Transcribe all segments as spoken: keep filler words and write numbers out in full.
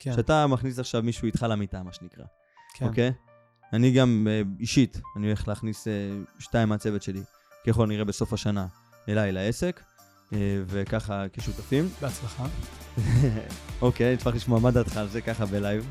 כן. שאתה מכניס עכשיו מישהו איתך למיטה, מה שנקרא. כן. אוקיי? אני גם אישית, אני הולך להכניס שתיים מהצוות שלי, ככל נראה בסוף השנה, אליי לעסק, וככה כשותפים. בהצלחה. אוקיי, נצטרך לשמוע מה דעתך על זה ככה בלייב.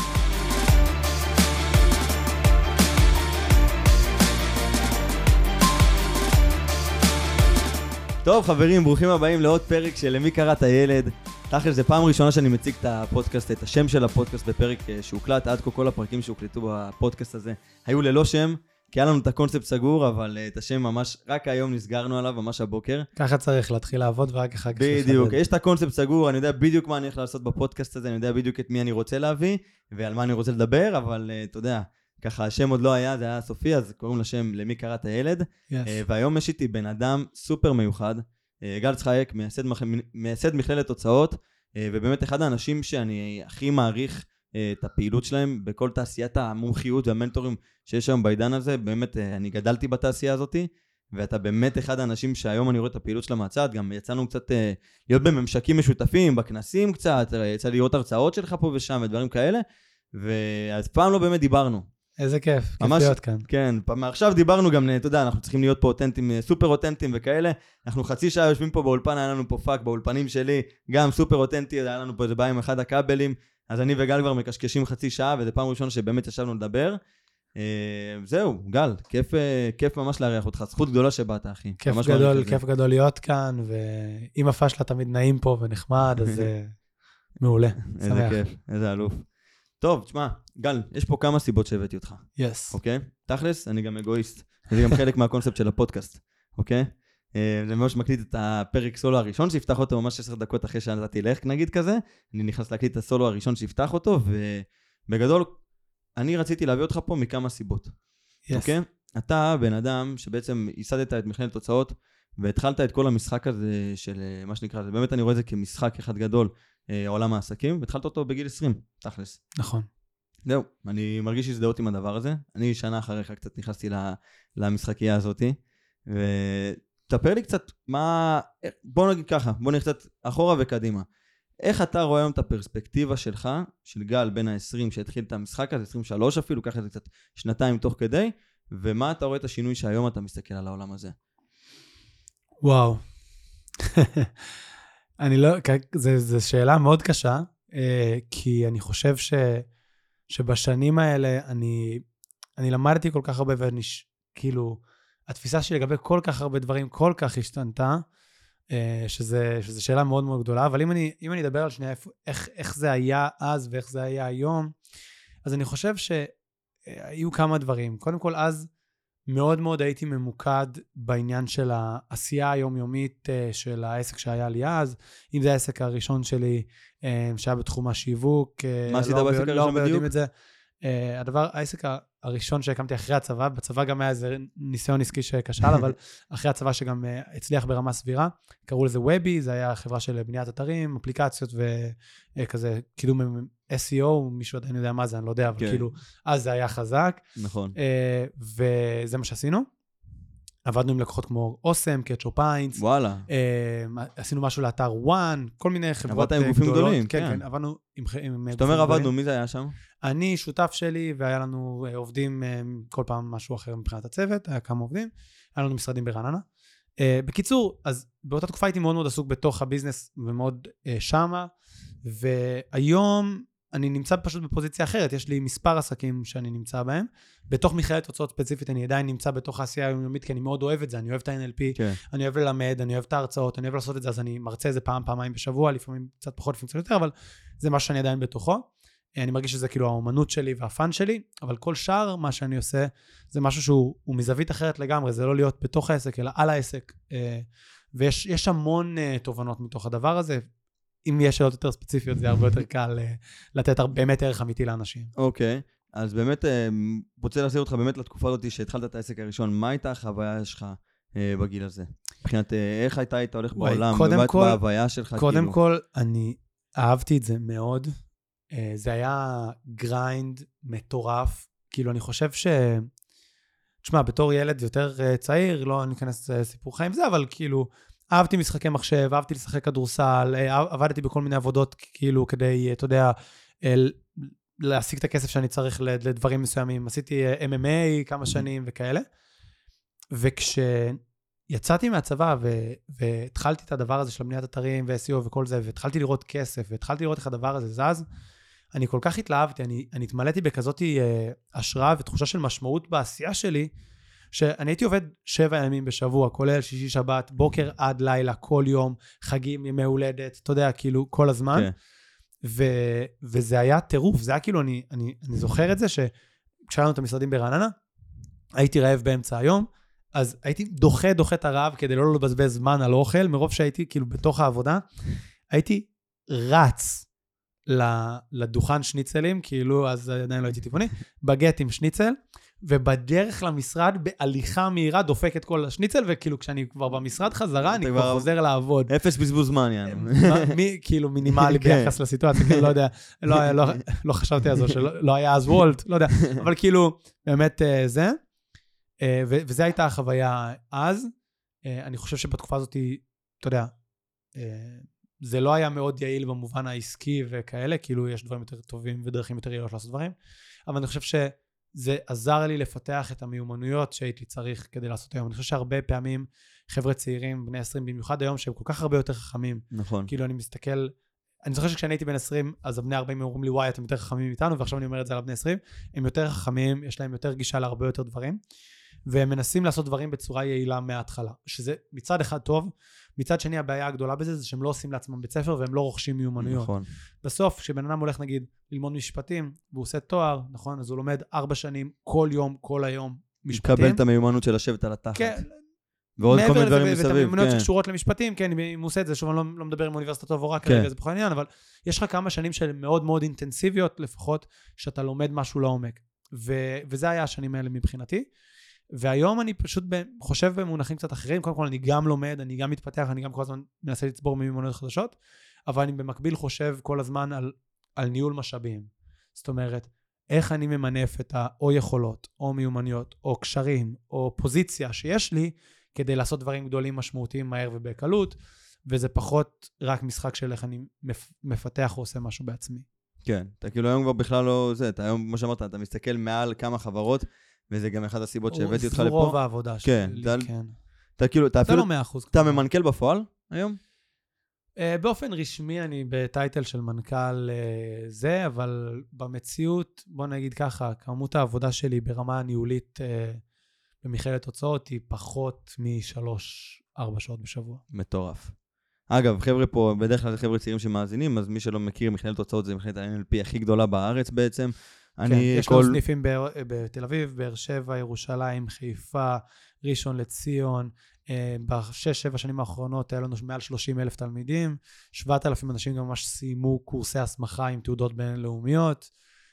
טוב חברים, ברוכים הבאים לעוד פרק של למי קראת הילד. תכף זה פעם ראשונה שאני מציג את הפודקאסט, את השם של הפודקאסט בפרק שהוקלט. עד כה כל הפרקים שהוקלטו בפודקאסט הזה היו ללא שם, כי היה לנו את הקונספט סגור, אבל את השם ממש רק היום נסגרנו עליו, ממש הבוקר. ככה צריך להתחיל לעבוד ורק אחר כך בדיוק, יש את הקונספט סגור, אני יודע בדיוק מה אני הולך לעשות בפודקאסט הזה, אני יודע בדיוק את מי אני רוצה להביא, ועל מה אני רוצה לדבר, אבל אתה יודע, ככה השם עוד לא היה, זה היה סופי, אז קוראים לשם למי קראת הילד. Yes. והיום יש איתי בן אדם סופר מיוחד, גל צחייק, מייסד, מייסד מכללת תוצאות, ובאמת אחד האנשים שאני הכי מעריך את הפעילות שלהם בכל תעשיית המומחיות והמנטורים שיש היום בעידן הזה. באמת אני גדלתי בתעשייה הזאת, ואתה באמת אחד האנשים שהיום אני רואה את הפעילות שלה מהצד. גם יצאנו קצת להיות בממשקים משותפים, בכנסים קצת, יצא לראות הרצאות שלך פה ושם ודברים כאלה, ואז פעם לא באמת דיברנו. איזה כיף, כיף ממש, להיות כאן. כן, עכשיו דיברנו גם, אתה יודע, אנחנו צריכים להיות פה אותנטים, סופר אותנטים וכאלה. אנחנו חצי שעה יושבים פה באולפן, היה לנו פה פאק באולפנים שלי, גם סופר אותנטי, היה לנו פה איזה בעיה עם אחד הכבלים, אז אני וגל כבר מקשקשים חצי שעה, וזה פעם ראשונה שבאמת ישבנו לדבר. זהו, גל, כיף, כיף ממש להריח אותך, זכות גדולה שבאת, אחי. כיף גדול, כיף גדול להיות כאן, ועם הפשלה תמיד נעים פה ונחמד, אז מעולה, שמח. איזה כיף, איזה אלוף. טוב, תשמע, גל, יש פה כמה סיבות שהבאתי אותך. יס. אוקיי? תכלס, אני גם אגואיסט. זה גם חלק מהקונספט של הפודקאסט. אוקיי? זה ממש מקליט את הפרק סולו הראשון, שיפתח אותו ממש עשר דקות אחרי שאתה תלך, נגיד כזה. אני נכנס להקליט את הסולו הראשון שיפתח אותו, ובגדול, אני רציתי להביא אותך פה מכמה סיבות. יס. אוקיי? אתה בן אדם שבעצם ייסדת את מכללת תוצאות, והתחלת את כל המשחק הזה של מה שנקרא, זה באמת אני רואה את זה כמשחק אחד גדול, עולם העסקים, והתחלת אותו בגיל עשרים, תכלס. נכון. זהו, אני מרגיש שהזדהות עם הדבר הזה. אני שנה אחריך קצת נכנסתי למשחקייה הזאת, ותספר לי קצת מה, בוא נגיד ככה, בוא נגיד קצת אחורה וקדימה. איך אתה רואה היום את הפרספקטיבה שלך, של גל בין ה-עשרים שהתחיל את המשחק הזה, עשרים ושלוש אפילו, ככה זה קצת שנתיים תוך כדי, ומה אתה רואה את השינוי שהיום אתה מסתכל על העולם הזה? וואו. אני לא, זו שאלה מאוד קשה, כי אני חושב ש, שבשנים האלה אני, אני למדתי כל כך הרבה, ואני, כאילו, התפיסה שלי לגבי כל כך הרבה דברים כל כך השתנתה, שזה, שזה שאלה מאוד מאוד גדולה, אבל אם אני, אם אני אדבר על שנייה, איך, איך זה היה אז ואיך זה היה היום, אז אני חושב שהיו כמה דברים. קודם כל, אז מאוד מאוד הייתי ממוקד בעניין של העשייה היומיומית של העסק שהיה לי אז, אם זה העסק הראשון שלי שהיה בתחום השיווק. מה עשית בעסק הראשון בדיוק? הדבר, העסק הראשון שהקמתי אחרי הצבא, בצבא גם היה איזה ניסיון עסקי שכשל, אבל אחרי הצבא שגם הצליח ברמה סבירה, קראו לזה וובי, זה היה חברה של בניית אתרים, אפליקציות וכזה קידום אס אי או, מישהו עדיין יודע מה זה, אני לא יודע, אבל כאילו, אז זה היה חזק. נכון. וזה מה שעשינו. עבדנו עם לקוחות כמו אוסם, קטשופ פיינס. וואלה. עשינו משהו לאתר וואן, כל מיני חברות גדולות. עבדת עם גופים גדולים, כן. כן, עבדנו עם גופים גדולים. זאת אומרת, עבדנו, מי זה היה שם? אני, שותף שלי, והיה לנו עובדים כל פעם משהו אחר מבחינת הצוות, היה כמה עובדים, היה לנו משרדים ברעננה. בקיצור, אז באותה תקופה הייתי מאוד מאוד עסוק בתוך הביזנס, ומאוד שמה, והיום אני נמצא פשוט בפוזיציה אחרת, יש לי מספר עסקים שאני נמצא בהם, בתוך מכללת תוצאות ספציפית אני עדיין נמצא בתוך העשייה היומיומית, כי אני מאוד אוהב את זה, אני אוהב את ה-אן אל פי, כן. אני אוהב ללמד, אני אוהב את ההרצאות, אני אוהב לעשות את זה, אז אני מרצה איזה פעם, פעמיים בשבוע, לפעמים קצת פחות, לפעמים קצת יותר, אבל זה מה שאני עדיין בתוכו, אני מרגיש שזה כאילו האומנות שלי והפן שלי, אבל כל שאר מה שאני עושה, זה משהו שהוא מזווית אחרת לגמרי, זה לא להיות בתוך העסק, אלא על העסק, ויש יש המון תובנות מתוך הדבר הזה, אם יש שאלות יותר ספציפיות, זה הרבה יותר קל לתת באמת ערך אמיתי לאנשים. אוקיי, אז באמת, רוצה להחזיר אותך באמת לתקופה הזאת שהתחלת את העסק הראשון, מה הייתה החוויה שלך בגיל הזה? מבחינת איך הייתה היית הולך בעולם, באמת בהוויה שלך? קודם כל, אני אהבתי את זה מאוד, זה היה גריינד מטורף, כאילו אני חושב ש... תשמע, בתור ילד יותר צעיר, לא ניכנס לסיפור חיים זה, אבל כאילו... אהבתי משחקי מחשב, אהבתי לשחק כדורסל, עבדתי בכל מיני עבודות כאילו כדי, אתה יודע, אל, להשיג את הכסף שאני צריך לדברים מסוימים. עשיתי אם אם איי כמה שנים וכאלה. וכשיצאתי מהצבא ו- והתחלתי את הדבר הזה של בניית אתרים ו-אס אי או וכל זה, והתחלתי לראות כסף, והתחלתי לראות איך הדבר הזה זז, אני כל כך התלהבתי, אני, אני התמלאתי בכזאת אה, השראה ותחושה של משמעות בעשייה שלי, שאני הייתי עובד שבע ימים בשבוע, כולל שישי שבת, בוקר עד לילה, כל יום, חגים, ימי הולדת, אתה יודע, כאילו, כל הזמן. Okay. ו- וזה היה טירוף, זה היה כאילו, אני, אני, אני זוכר את זה, שכשהיינו את המשרדים ברעננה, הייתי רעב באמצע היום, אז הייתי דוחה, דוחה את הרעב, כדי לא לבזבז זמן על אוכל, מרוב שהייתי כאילו בתוך העבודה, הייתי רץ לדוכן שניצלים, כאילו, אז עדיין לא הייתי טבעוני, בגט עם שניצל, ובדרך למשרד, בהליכה מהירה, דופק את כל השניצל, וכאילו, כשאני כבר במשרד חזרה, אני כבר חוזר לעבוד. אפס בזבוז זמן, יענו. כאילו, מינימלי ביחס לסיטואציה, כאילו, לא יודע, לא חשבתי על זה, שלא היה אז וולט, לא יודע, אבל כאילו, באמת זה, וזה הייתה החוויה אז. אני חושב שבתקופה הזאת, אתה יודע, זה לא היה מאוד יעיל במובן העסקי וכאלה, כאילו יש דברים יותר טובים ודרכים יותר יעילות לעשות דברים, אבל אני חושב שזה עזר לי לפתח את המיומנויות שהייתי צריך כדי לעשות היום. אני חושב שהרבה פעמים חבר'ה צעירים, בני עשרים במיוחד היום, שהם כל כך הרבה יותר חכמים. נכון. כאילו אני מסתכל, אני זוכר שכשאני הייתי בן עשרים, אז הבני ארבעים אומרים לי, וואי, אתם יותר חכמים איתנו, ועכשיו אני אומר את זה על הבני עשרים, הם יותר חכמים, יש להם יותר גישה להרבה יותר דברים, והם מנסים לעשות דברים בצורה יעילה מההתחלה, שזה מצד אחד טוב, מצד שני הבעיה הגדולה בזה זה שהם לא עושים לעצמם בית ספר והם לא רוכשים מיומנויות. נכון. בסוף, כשבן אדם הולך נגיד ללמוד משפטים, והוא עושה תואר, נכון? אז הוא לומד ארבע שנים, כל יום, כל היום, משפטים. מקבל את המיומנות של לשבת על התחת. כן. ועוד כל מיני דברים מסביב. ואת המיומנויות כן. שקשורות למשפטים, כן, אם הוא עושה את זה, שוב אני לא, לא מדבר עם אוניברסיטת טוב או רק כרגע, כן. זה בכל עניין, אבל יש לך כמה שנים של מאוד מאוד אינטנסיביות, לפחות, שאתה לומד משהו לעומק. ו- וזה היה השנים האלה מבחינתי. והיום אני פשוט חושב במונחים קצת אחרים, קודם כל אני גם לומד, אני גם מתפתח, אני גם כל הזמן מנסה לצבור מיומנויות חדשות, אבל אני במקביל חושב כל הזמן על, על ניהול משאבים. זאת אומרת, איך אני ממנף את או יכולות, או מיומנויות, או קשרים, או פוזיציה שיש לי, כדי לעשות דברים גדולים משמעותיים מהר ובקלות, וזה פחות רק משחק של איך אני מפתח או עושה משהו בעצמי. כן, אתה כאילו היום כבר בכלל לא זה, אתה היום, כמו שאמרת, אתה מסתכל מעל כמה חברות, וזה גם אחד הסיבות שהבאתי אותך לפה. זו רוב העבודה שלי, כן. אתה כאילו, אתה אפילו, זה לא מאה אחוז. אתה ממנכ"ל בפועל היום? באופן רשמי אני בטייטל של מנכ"ל זה, אבל במציאות, בוא נגיד ככה, כמות העבודה שלי ברמה הניהולית במכללת הוצאות היא פחות משלוש, ארבע שעות בשבוע. מטורף. אגב, חבר'ה פה, בדרך כלל זה חבר'ה צעירים שמאזינים, אז מי שלא מכיר, מכללת הוצאות זה מכללת ה-אן אל פי הכי גדולה בארץ בעצם. כן, יש כל... לנו סניפים בתל אביב, באר שבע, ירושלים, חיפה, ראשון לציון. בשש, שבע שנים האחרונות היה לנו מעל שלושים אלף תלמידים, שבעת אלפים אנשים גם ממש סיימו קורסי הסמכה עם תעודות בינלאומיות,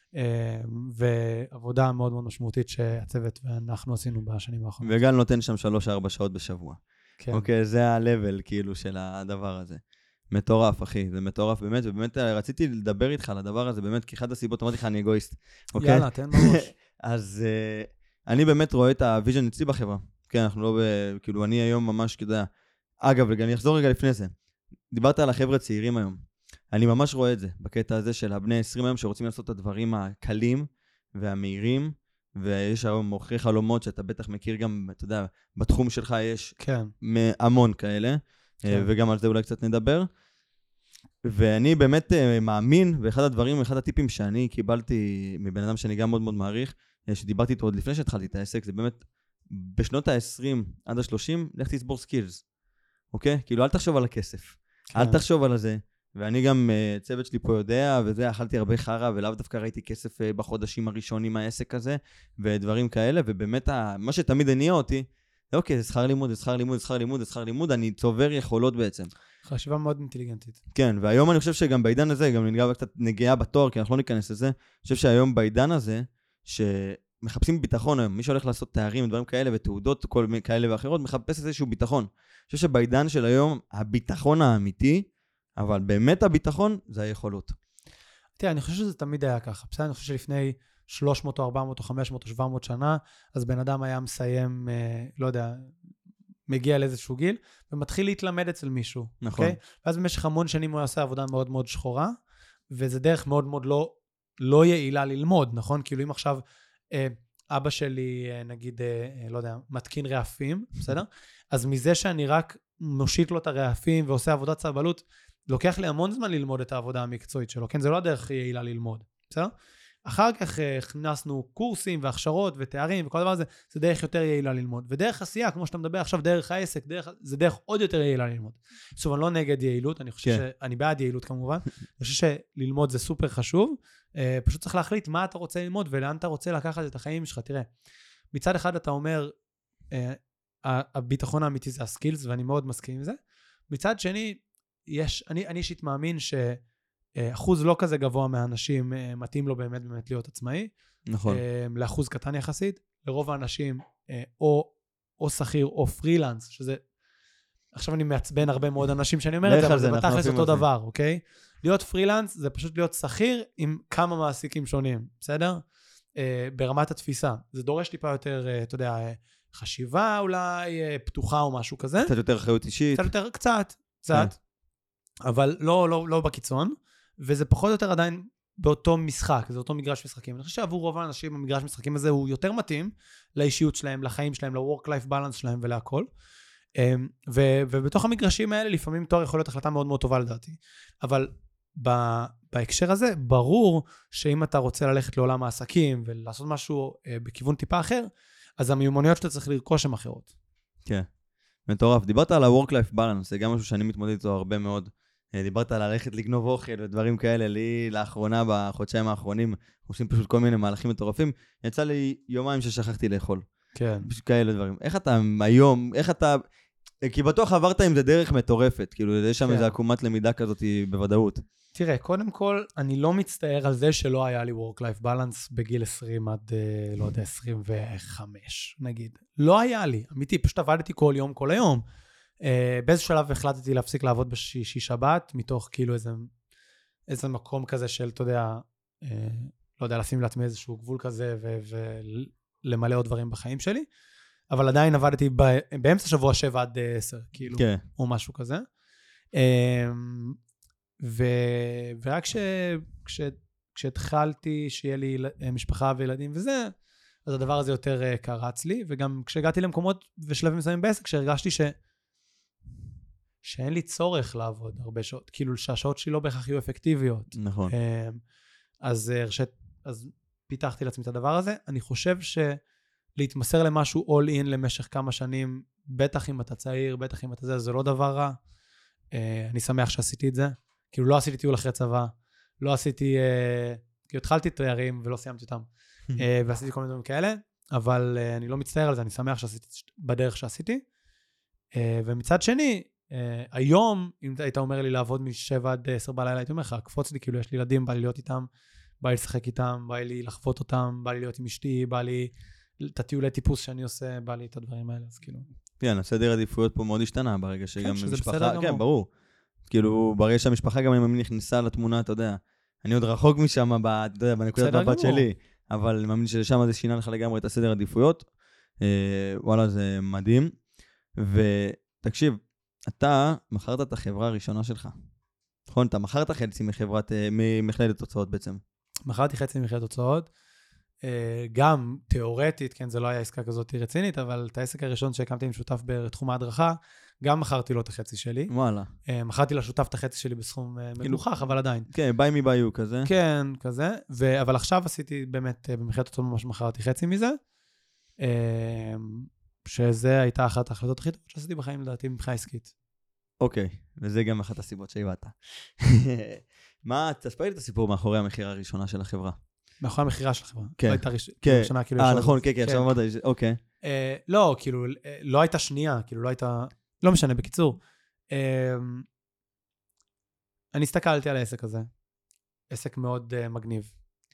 ועבודה מאוד מאוד משמעותית שהצוות ואנחנו עשינו בשנים האחרונות. וגל נותן שם שלוש ארבע שעות בשבוע. כן. אוקיי, זה ה-level כאילו של הדבר הזה. מטורף, אחי, זה מטורף באמת, ובאמת רציתי לדבר איתך על הדבר הזה, באמת, כי אחד הסיבות, אמרתי לך, אני אגואיסט. אוקיי? יאללה, תן בראש. אז uh, אני באמת רואה את הוויז'ן אצלי בחברה. כן, אנחנו לא, ב, כאילו, אני היום ממש, כדאי, אגב, אני אחזור רגע לפני זה. דיברת על החבר'ה צעירים היום. אני ממש רואה את זה, בקטע הזה של הבני עשרים היום, שרוצים לעשות את הדברים הקלים והמהירים, ויש היום מוכרי חלומות, שאתה בטח מכיר גם, אתה יודע, בתחום שלך יש כן. המון כאלה, כן. וגם על זה אולי קצת נדבר. ואני באמת מאמין, ואחד הדברים, אחד הטיפים שאני קיבלתי מבן אדם שאני גם מאוד מאוד מעריך, שדיברתי איתו עוד לפני שהתחלתי את העסק, זה באמת, בשנות ה-עשרים עד ה-שלושים, לך תצבור סקילס, אוקיי? כאילו, אל תחשוב על הכסף, כן. אל תחשוב על זה, ואני גם, צוות שלי פה יודע, וזה, אכלתי הרבה חרה, ולאו דווקא ראיתי כסף בחודשים הראשונים מהעסק הזה, ודברים כאלה, ובאמת, מה שתמיד הניע אותי, אוקיי, זה שכר לימוד, זה שכר לימוד, זה שכר לימוד, זה שכר לימוד, אני צובר יכולות בעצם. חשיבה מאוד אינטליגנטית. כן, והיום אני חושב שגם בעידן הזה, גם נגע קצת נגיעה בתואר, כי אנחנו לא ניכנס לזה, אני חושב שהיום בעידן הזה, שמחפשים ביטחון היום, מי שהולך לעשות תארים ודברים כאלה, ותעודות כל מיני כאלה ואחרות, מחפש איזשהו ביטחון. אני חושב שבעידן של היום, הביטחון האמיתי, אבל באמת הביטחון, זה היכולות. תראה, אני חושב שזה תמיד היה ככה. בסדר, אני חושב שלפני שלוש מאות או ארבע מאות או חמש מאות או שבע מאות שנה, אז בן אדם היה מסיים, לא יודע, מגיע לאיזשהו גיל, ומתחיל להתלמד אצל מישהו. נכון. Okay? ואז במשך המון שנים הוא עושה עבודה מאוד מאוד שחורה, וזה דרך מאוד מאוד לא, לא יעילה ללמוד, נכון? כאילו אם עכשיו אה, אבא שלי, אה, נגיד, אה, לא יודע, מתקין רעפים, בסדר? אז מזה שאני רק מושיט לו את הרעפים ועושה עבודת סבלות, לוקח לי המון זמן ללמוד את העבודה המקצועית שלו, כן? זה לא הדרך יעילה ללמוד, בסדר? אחר כך הכנסנו קורסים והכשרות ותארים וכל דבר הזה, זה דרך יותר יעילה ללמוד. ודרך עשייה, כמו שאתה מדבר עכשיו, דרך העסק, דרך, זה דרך עוד יותר יעילה ללמוד. עכשיו, אני לא נגד יעילות, אני חושב כן. שאני בעד יעילות כמובן, אני חושב שללמוד זה סופר חשוב, פשוט צריך להחליט מה אתה רוצה ללמוד ולאן אתה רוצה לקחת את החיים שלך. תראה, מצד אחד אתה אומר, הביטחון האמיתי זה הסקילס, ואני מאוד מסכים עם זה. מצד שני, יש, אני, אני אישית מאמין ש אחוז לא כזה גבוה מהאנשים מתאים לו באמת באמת להיות עצמאי. נכון. לאחוז קטן יחסית. לרוב האנשים או, או שכיר או פרילנס, שזה, עכשיו אני מעצבן הרבה מאוד אנשים שאני אומר את זה, אבל זה בתכלס אותו דבר, אוקיי? להיות פרילנס זה פשוט להיות שכיר עם כמה מעסיקים שונים, בסדר? ברמת התפיסה. זה דורש טיפה יותר, אתה יודע, חשיבה אולי, פתוחה או משהו כזה. קצת יותר אחריות אישית. קצת יותר, קצת, קצת. אבל לא, לא, לא בקיצון. וזה פחות או יותר עדיין באותו משחק, זה אותו מגרש משחקים. אני חושב שעבור רוב האנשים המגרש משחקים הזה הוא יותר מתאים לאישיות שלהם, לחיים שלהם, ל-work-life balance שלהם ולהכל. ו- ובתוך המגרשים האלה לפעמים תואר יכול להיות החלטה מאוד מאוד טובה לדעתי. אבל ב- בהקשר הזה ברור שאם אתה רוצה ללכת לעולם העסקים ולעשות משהו בכיוון טיפה אחר, אז המיומנויות שאתה צריך לרכוש הן אחרות. כן, מטורף. דיברת על ה-work-life balance, זה גם משהו שאני מתמודד איתו הרבה מאוד. דיברת על ללכת לגנוב אוכל ודברים כאלה, לי לאחרונה, בחודשיים האחרונים, עושים פשוט כל מיני מהלכים מטורפים. יצא לי יומיים ששכחתי לאכול. כן. פשוט כאלה דברים. איך אתה היום, איך אתה, כי בטוח עברת עם זה דרך מטורפת, כאילו, יש שם איזו עקומת למידה כזאת בוודאות. תראה, קודם כל, אני לא מצטער על זה שלא היה לי work-life balance בגיל עשרים עד, לא יודע, עשרים וחמש, נגיד. לא היה לי, אמיתי, פשוט עבדתי כל יום, כל היום. באיזה שלב החלטתי להפסיק לעבוד בשישי שבת, מתוך כאילו איזה, איזה מקום כזה של, אתה יודע, לא יודע, לשים לעצמי איזשהו גבול כזה, ולמלא עוד דברים בחיים שלי. אבל עדיין עבדתי באמצע שבוע שבע עד עשר, כאילו, כן. או משהו כזה. ו... ורק ש... כש... כשהתחלתי שיהיה לי משפחה וילדים וזה, אז הדבר הזה יותר קרץ לי, וגם כשהגעתי למקומות ושלבים מסוימים בעסק, שהרגשתי ש... שאין לי צורך לעבוד הרבה שעות, כאילו שהשעות שלי לא בהכרח יהיו אפקטיביות. נכון. אז, הרשת... אז פיתחתי לעצמי את הדבר הזה. אני חושב שלהתמסר למשהו all in למשך כמה שנים, בטח אם אתה צעיר, בטח אם אתה זה, זה לא דבר רע. אני שמח שעשיתי את זה. כאילו לא עשיתי טיול אחרי צבא, לא עשיתי, כאילו התחלתי תארים ולא סיימתי אותם, ועשיתי כל מיני דברים כאלה, אבל אני לא מצטער על זה, אני שמח שעשיתי בדרך שעשיתי. ומצד שני, היום, אם היית אומר לי לעבוד משבע עד עשר בלילה, הייתי אומר לך, קפוץ לי, כאילו יש לי ילדים, בא לי להיות איתם, בא לי לשחק איתם, בא לי לחוות אותם, בא לי להיות עם אשתי, בא לי את הטיולי טיפוס שאני עושה, בא לי את הדברים האלה, אז כאילו. כן, הסדר עדיפויות פה מאוד השתנה, ברגע שגם משפחה, כן, ברור. כאילו, ברגע שהמשפחה גם אם נכנסה לתמונה, אתה יודע, אני עוד רחוק משם, בנקודת מבט שלי, אבל אני מאמין ששם זה שינה לך לגמרי את הסדר עדיפויות. וואלה, זה מדהים. ותקשיב, אתה מכרת את החברה הראשונה שלך. נכון? אתה מכרת חצי מחברת, ממכללת תוצאות בעצם. מכרתי חצי ממכללת תוצאות. גם תיאורטית, כן, זה לא היה עסקה כזאת רצינית, אבל את העסק הראשון שהקמתי עם שותף בתחום ההדרכה, גם מכרתי לו את החצי שלי. וואלה. מכרתי לשותף את החצי שלי בסכום מגוחך, אבל עדיין. כן, ביי מי ביי כזה. כן, כזה. אבל עכשיו עשיתי באמת, במכללת תוצאות ממש מכרתי חצי מזה, שזה הייתה אחת ההחלטות הכי טובות שעשיתי בחיים, לדעתי, מבחינה עסקית. אוקיי, וזה גם אחת הסיבות שהבאת. מה, תספר לי את הסיפור מאחורי המכירה הראשונה של החברה. מאחורי המכירה של החברה. כן. לא הייתה ראשונה, כאילו... אה, נכון, כן, כן, עכשיו אמרת, אוקיי. לא, כאילו, לא הייתה שנייה, כאילו, לא הייתה... לא משנה, בקיצור. אני הסתכלתי על העסק הזה. עסק מאוד מגניב.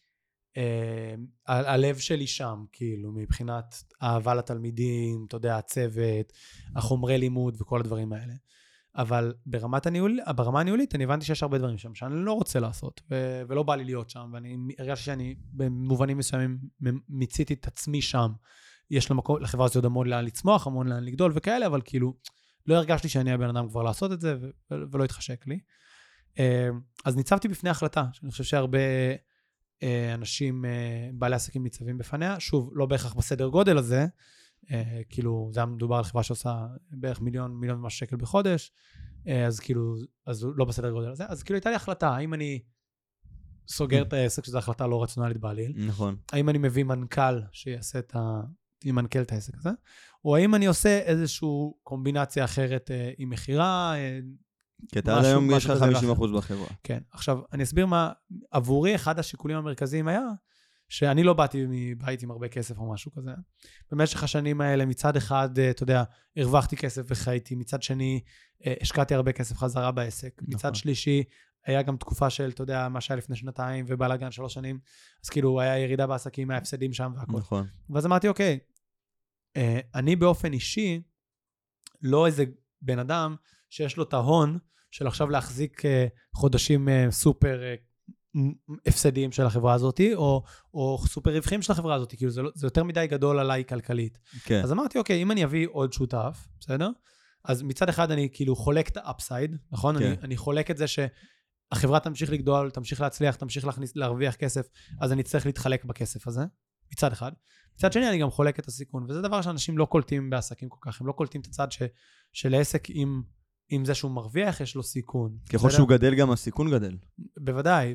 הלב שלי שם, כאילו, מבחינת אהבה לתלמידים, אתה יודע, הצוות, החומרי לימוד וכל הדברים האלה. אבל ברמת הניהול, ברמה הניהולית, אני הבנתי שיש הרבה דברים שם שאני לא רוצה לעשות, ו- ולא בא לי להיות שם, ואני הרגשתי שאני במובנים מסוימים מיציתי את עצמי שם. יש למקום, לחברה הזאת עוד המון לאן לצמוח, המון לאן לגדול וכאלה, אבל כאילו, לא הרגשתי שאני הבן אדם כבר לעשות את זה, ו- ולא התחשק לי. אז ניצבתי בפני החלטה, שאני חושב שהרבה אנשים, בעלי עסקים ניצבים בפניה, שוב, לא בהכרח בסדר גודל הזה, כאילו, זה היה מדובר על חברה שעושה בערך מיליון, מיליון ומשהו שקל בחודש, אז כאילו, אז לא בסדר גודל הזה, אז כאילו הייתה לי החלטה, האם אני סוגר את העסק, שזו החלטה לא רציונלית בעליל, נכון. האם אני מביא מנכ"ל שיעשה את ה... ימנכ"ל את העסק הזה, או האם אני עושה איזושהי קומבינציה אחרת עם מחירה, כי אתה עד היום יש לך חמישים אחוז בחברה. כן, עכשיו אני אסביר מה, עבורי אחד השיקולים המרכזיים היה, שאני לא באתי מבית עם הרבה כסף או משהו כזה. במשך השנים האלה מצד אחד, אתה יודע, הרווחתי כסף וחייתי, מצד שני, השקעתי הרבה כסף חזרה בעסק, מצד נכון. שלישי, היה גם תקופה של, אתה יודע, מה שהיה לפני שנתיים ובלגן שלוש שנים, אז כאילו היה ירידה בעסקים, היה הפסדים שם והכל. נכון. ואז אמרתי, אוקיי, אני באופן אישי, לא איזה בן אדם שיש לו את ההון של עכשיו להחזיק חודשים סופר הפסדיים של החברה הזאת, או, או סופר רווחים של החברה הזאת, כאילו זה, זה יותר מדי גדול עליי כלכלית. כן. אז אמרתי, אוקיי, אם אני אביא עוד שותף, בסדר? אז מצד אחד אני כאילו חולק את האפסייד, נכון? כן. אני, אני חולק את זה שהחברה תמשיך לגדול, תמשיך להצליח, תמשיך להכניס, להרוויח כסף, אז אני צריך להתחלק בכסף הזה, מצד אחד. מצד שני, אני גם חולק את הסיכון, וזה דבר שאנשים לא קולטים בעסקים כל כך, הם לא קולטים את הצד ש, של העסק עם, עם זה שהוא מרוויח, יש לו סיכון. ככל שהוא גדל, גם הסיכון גדל. בוודאי,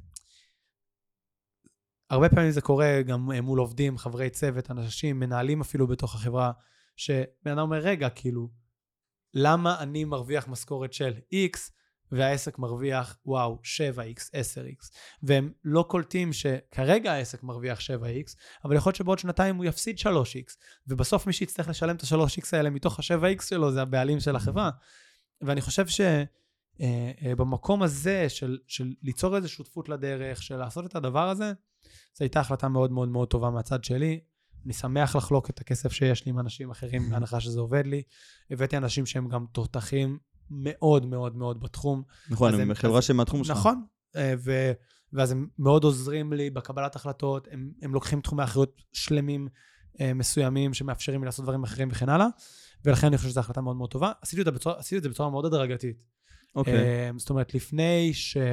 והרבה פעמים זה קורה גם מול עובדים, חברי צוות, אנשים, מנהלים אפילו בתוך החברה, שבן אדם אומר, רגע, כאילו, למה אני מרוויח משכורת של X, והעסק מרוויח, וואו, שבע איקס, עשר איקס. והם לא קולטים שכרגע העסק מרוויח שבע איקס, אבל יכול להיות שבעוד שנתיים הוא יפסיד שלוש איקס, ובסוף מי שיצטרך לשלם את ה-שלוש איקס האלה מתוך ה-שבע איקס שלו, זה הבעלים של החברה. ואני חושב שבמקום הזה של, של ליצור איזו שותפות לדרך, של לעשות את הדבר הזה, זו הייתה החלטה מאוד מאוד מאוד טובה מהצד שלי. אני שמח לחלוק את הכסף שיש לי עם אנשים אחרים, בהנחה שזה עובד לי. הבאתי אנשים שהם גם תותחים מאוד מאוד מאוד בתחום. נכון, הם חברה שהם מהתחום שלך. נכון, ו, ואז הם מאוד עוזרים לי בקבלת החלטות, הם, הם לוקחים תחומי אחריות שלמים מסוימים, שמאפשרים לי לעשות דברים אחרים וכן הלאה, ולכן אני חושב שזו החלטה מאוד מאוד טובה. עשיתי את זה בצורה, עשיתי את זה בצורה מאוד הדרגתית. אוקיי. זאת אומרת, לפני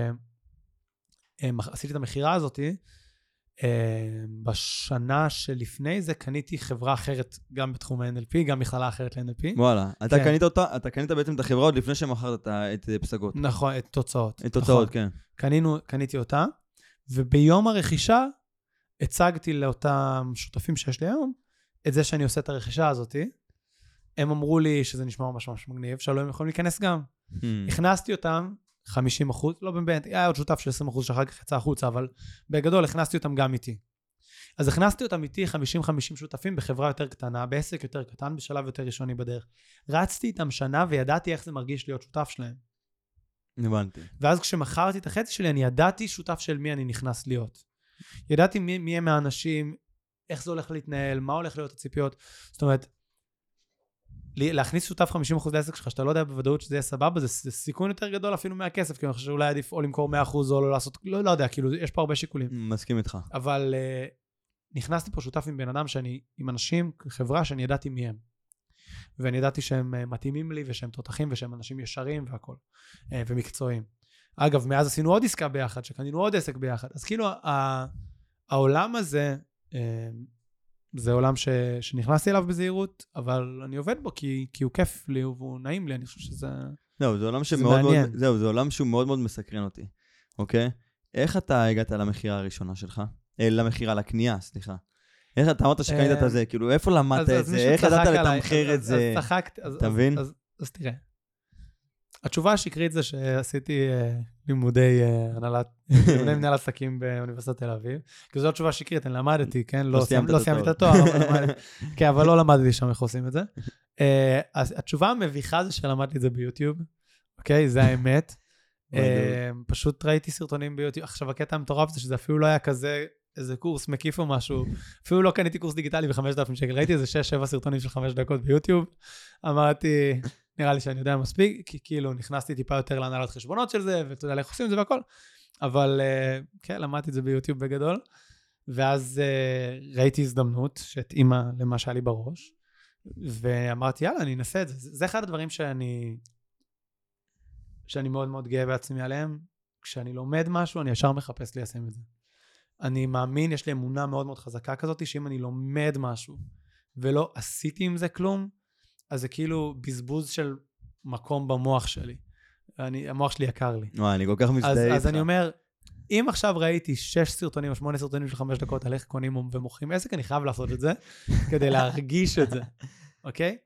שעשיתי את המחירה הזאת, בשנה שלפני זה קניתי חברה אחרת, גם בתחום ה-אן אל פי, גם מכללה אחרת ל-אן אל פי. וואלה, אתה קנית אותה, אתה קנית בעצם את החברה עוד לפני שמכרת את פסגות. נכון, את תוצאות. את תוצאות, כן. קנינו, קניתי אותה, וביום הרכישה, הצגתי לאותם שותפים שיש לי היום, את זה שאני עושה את הרכישה הזאת. הם אמרו לי שזה נשמע ממש ממש מגניב, שלא הם יכולים להיכנס גם. הכנסתי אותם, חמישים אחוז, לא באמת, היה עוד שותף של עשרים אחוז שאחר כך יצא החוצה, אבל בגדול הכנסתי אותם גם איתי. אז הכנסתי אותם איתי חמישים חמישים שותפים בחברה יותר קטנה, בעסק יותר קטן, בשלב יותר ראשוני בדרך. רצתי איתם שנה וידעתי איך זה מרגיש להיות שותף שלהם. הבנתי. ואז כשמכרתי את החצי שלי, אני ידעתי שותף של מי אני נכנס להיות. ידעתי מי, מי הם האנשים, איך זה הולך להתנהל, מה הולך להיות הציפיות. זאת אומרת, להכניס שותף חמישים אחוז לעסק שלך, שאתה לא יודע בוודאות שזה יהיה סבבה, זה סיכון יותר גדול אפילו מהכסף, כי אני חושב שאולי עדיף או למכור מאה אחוז או לא לעשות, לא, לא יודע, כאילו יש פה הרבה שיקולים. מסכים איתך. אבל uh, נכנסתי פה שותף עם בן אדם שאני, עם אנשים, חברה שאני ידעתי מי הם. ואני ידעתי שהם uh, מתאימים לי ושהם תותחים ושהם אנשים ישרים והכל, uh, ומקצועיים. אגב, מאז עשינו עוד עסקה ביחד, שקנינו עוד עסק ביחד. אז כאילו ה- העולם הזה, uh, זה עולם ש... שנכנסתי אליו בזהירות, אבל אני עובד בו כי, כי הוא כיף לי והוא נעים לי, אני חושב שזה... זהו, זה עולם שמאוד מאוד... זהו, זה עולם שהוא מאוד מאוד מסקרן אותי, אוקיי? איך אתה הגעת למחירה הראשונה שלך? אה, למחירה, לקנייה, סליחה. איך אתה אמרת שקנית את זה? כאילו, איפה למדת את זה? איך ידעת לתמחר את זה? אז צחקת, תבין? אז תראה. התשובה השקרית זה שעשיתי לימודי הנהלת, לימודי מנהל עסקים באוניברסיטת תל אביב, כי זו התשובה השקרית, אני למדתי, כן? לא סיימתי את התואר, כן, אבל לא למדתי שם איך עושים את זה. התשובה המביכה זה שלמדתי את זה ביוטיוב, אוקיי? זה האמת. פשוט ראיתי סרטונים ביוטיוב. עכשיו, הקטע המטורף זה שזה אפילו לא היה כזה, איזה קורס מקיף או משהו, אפילו לא קניתי קורס דיגיטלי ב-חמשת אלפים שקל, ראיתי איזה שש שבע סרטונים של חמש דקות ביוטיוב, אמרתי, נראה לי שאני יודע מספיק, כי כאילו נכנסתי טיפה יותר להנהלת חשבונות של זה, ואתה יודע איך עושים את זה והכל, אבל כן, למדתי את זה ביוטיוב בגדול, ואז ראיתי הזדמנות שהתאימה למה שהיה לי בראש, ואמרתי, יאללה, אני אנסה את זה. זה אחד הדברים שאני שאני מאוד מאוד גאה בעצמי עליהם, כשאני לומד משהו, אני ישר מחפש ליישם את זה. אני מאמין, יש לי אמונה מאוד מאוד חזקה כזאת, שאם אני לומד משהו, ולא עשיתי עם זה כלום, אז זה כאילו בזבוז של מקום במוח שלי. אני, המוח שלי יקר לי. וואי, אני כל כך מזדהה איתך. אז אני אומר, אם עכשיו ראיתי שש סרטונים או שמונה סרטונים של חמש דקות על איך קונים ומוכרים עסק, אני חייב לעשות את זה, כדי להרגיש את זה, אוקיי?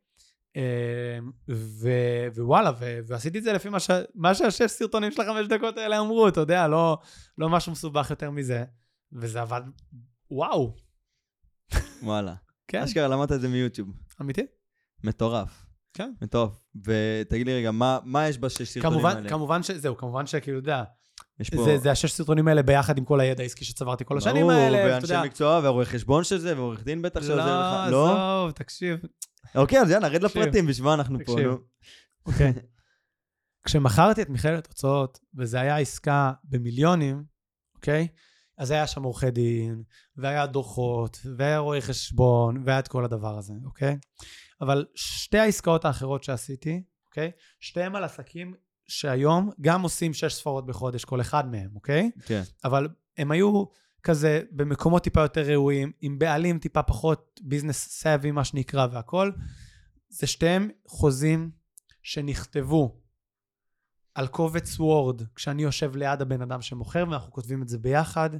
ווואלה, ועשיתי את זה לפי מה שהשש סרטונים של החמש דקות האלה אמרו, אתה יודע, לא משהו מסובך יותר מזה, וזה עבד, וואו. וואלה. כן. אשכרה, למדת את זה מיוטיוב. אמיתי? מטורף. כן. מטורף. ותגיד לי רגע, מה יש בשש סרטונים האלה? כמובן שזהו, כמובן שכאילו, יודע, פה... זה, זה השש סרטונים האלה ביחד עם כל הידע העסקי שצברתי כל השנים האלה. ואנשי מקצוע, והרואה חשבון של זה, ועורך דין בטח שעוזר לך. לא, עזוב, תקשיב. אוקיי, אז יאללה, רד לפרטים, בשביל אנחנו פה, נו. אוקיי. כשמכרתי את מכללת הוצאות, וזה היה עסקה במיליונים, אוקיי? אז היה שם עורכי דין, והיה דוחות, והיה רואה חשבון, והיה את כל הדבר הזה, אוקיי? אבל שתי העסקאות האחרות שעשיתי, אוקיי? שתיהם על עסקים שהיום גם עושים שש ספרות בחודש, כל אחד מהם, אוקיי? כן. אבל הם היו כזה במקומות טיפה יותר ראויים, עם בעלים טיפה פחות ביזנס סאבי, מה שנקרא, והכל. זה שתיהם חוזים שנכתבו על קובץ וורד, כשאני יושב ליד הבן אדם שמוכר, ואנחנו כותבים את זה ביחד.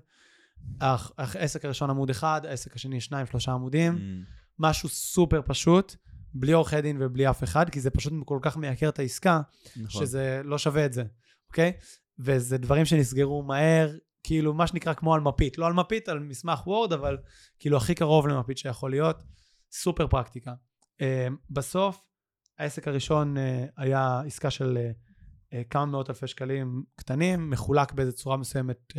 העסק הראשון עמוד אחד, העסק השני שניים, שלושה עמודים. Mm. משהו סופר פשוט, בלי עורכי דין ובלי אף אחד, כי זה פשוט כל כך מייקר את העסקה, נכון. שזה לא שווה את זה, אוקיי? וזה דברים שנסגרו מהר, כאילו מה שנקרא כמו על מפית, לא על מפית, על מסמך וורד, אבל כאילו הכי קרוב למפית שיכול להיות, סופר פרקטיקה. בסוף, העסק הראשון היה עסקה של כמה מאות אלפי שקלים קטנים, מחולק באיזו צורה מסוימת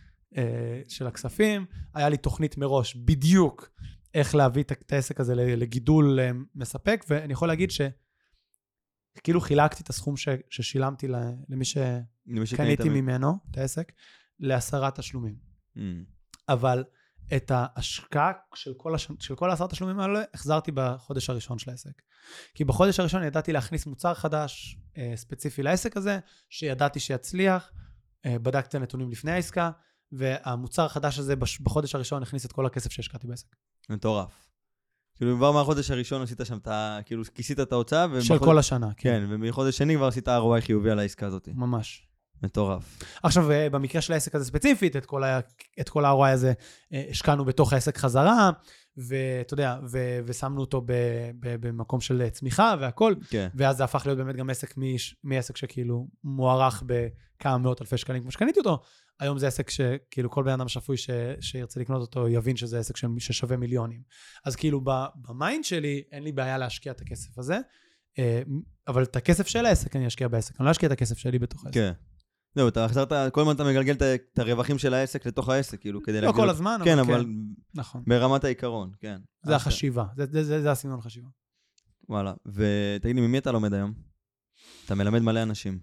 של הכספים, היה לי תוכנית מראש, בדיוק, איך להביא את העסק הזה לגידול מספק, ואני יכול להגיד שכאילו חילקתי את הסכום ש, ששילמתי למי שקניתי ממנו, את העסק, לעשרה תשלומים. Mm. אבל את ההשקעה של כל, הש... של כל העשרה תשלומים האלה, החזרתי בחודש הראשון של העסק. כי בחודש הראשון ידעתי להכניס מוצר חדש, אה, ספציפי לעסק הזה, שידעתי שיצליח, אה, בדקתי את הנתונים לפני העסקה, והמוצר החדש הזה בחודש הראשון הכניס את כל הכסף שהשקעתי בעסק. מטורף. כאילו, כבר מהחודש הראשון עשית שם, כאילו, כיסית את ההוצאה. של כל השנה, כן. כן, ומחודש שני כבר עשית אר או איי חיובי על העסקה הזאת. ממש. מטורף. עכשיו, במקרה של העסק הזה ספציפית, את כל, ה... את כל ה-אר או איי הזה השקענו בתוך העסק חזרה, ואתה יודע, ו... ושמנו אותו ב... ב... במקום של צמיחה והכל, כן. ואז זה הפך להיות באמת גם עסק מ... מעסק שכאילו מוערך בכמה מאות אלפי שקלים כמו שקניתי אותו, היום זה עסק שכאילו כל בן אדם שפוי ש... שירצה לקנות אותו יבין שזה עסק ש... ששווה מיליונים. אז כאילו במיינד שלי אין לי בעיה להשקיע את הכסף הזה, אבל את הכסף של העסק אני אשקיע בעסק, אני לא אשקיע את הכסף שלי בתוך העסק. כן. זהו, אתה החזרת, כל הזמן אתה מגלגל את הרווחים של העסק לתוך העסק, כאילו, כדי להגדיל... לא כל הזמן, כן, אבל... כן, נכון. ברמת העיקרון, כן. זה החשיבה, זה, זה, זה, זה הסגנון החשיבה. וואלה, ותגיד לי, ממי אתה לומד היום? אתה מלמד מלא אנשים.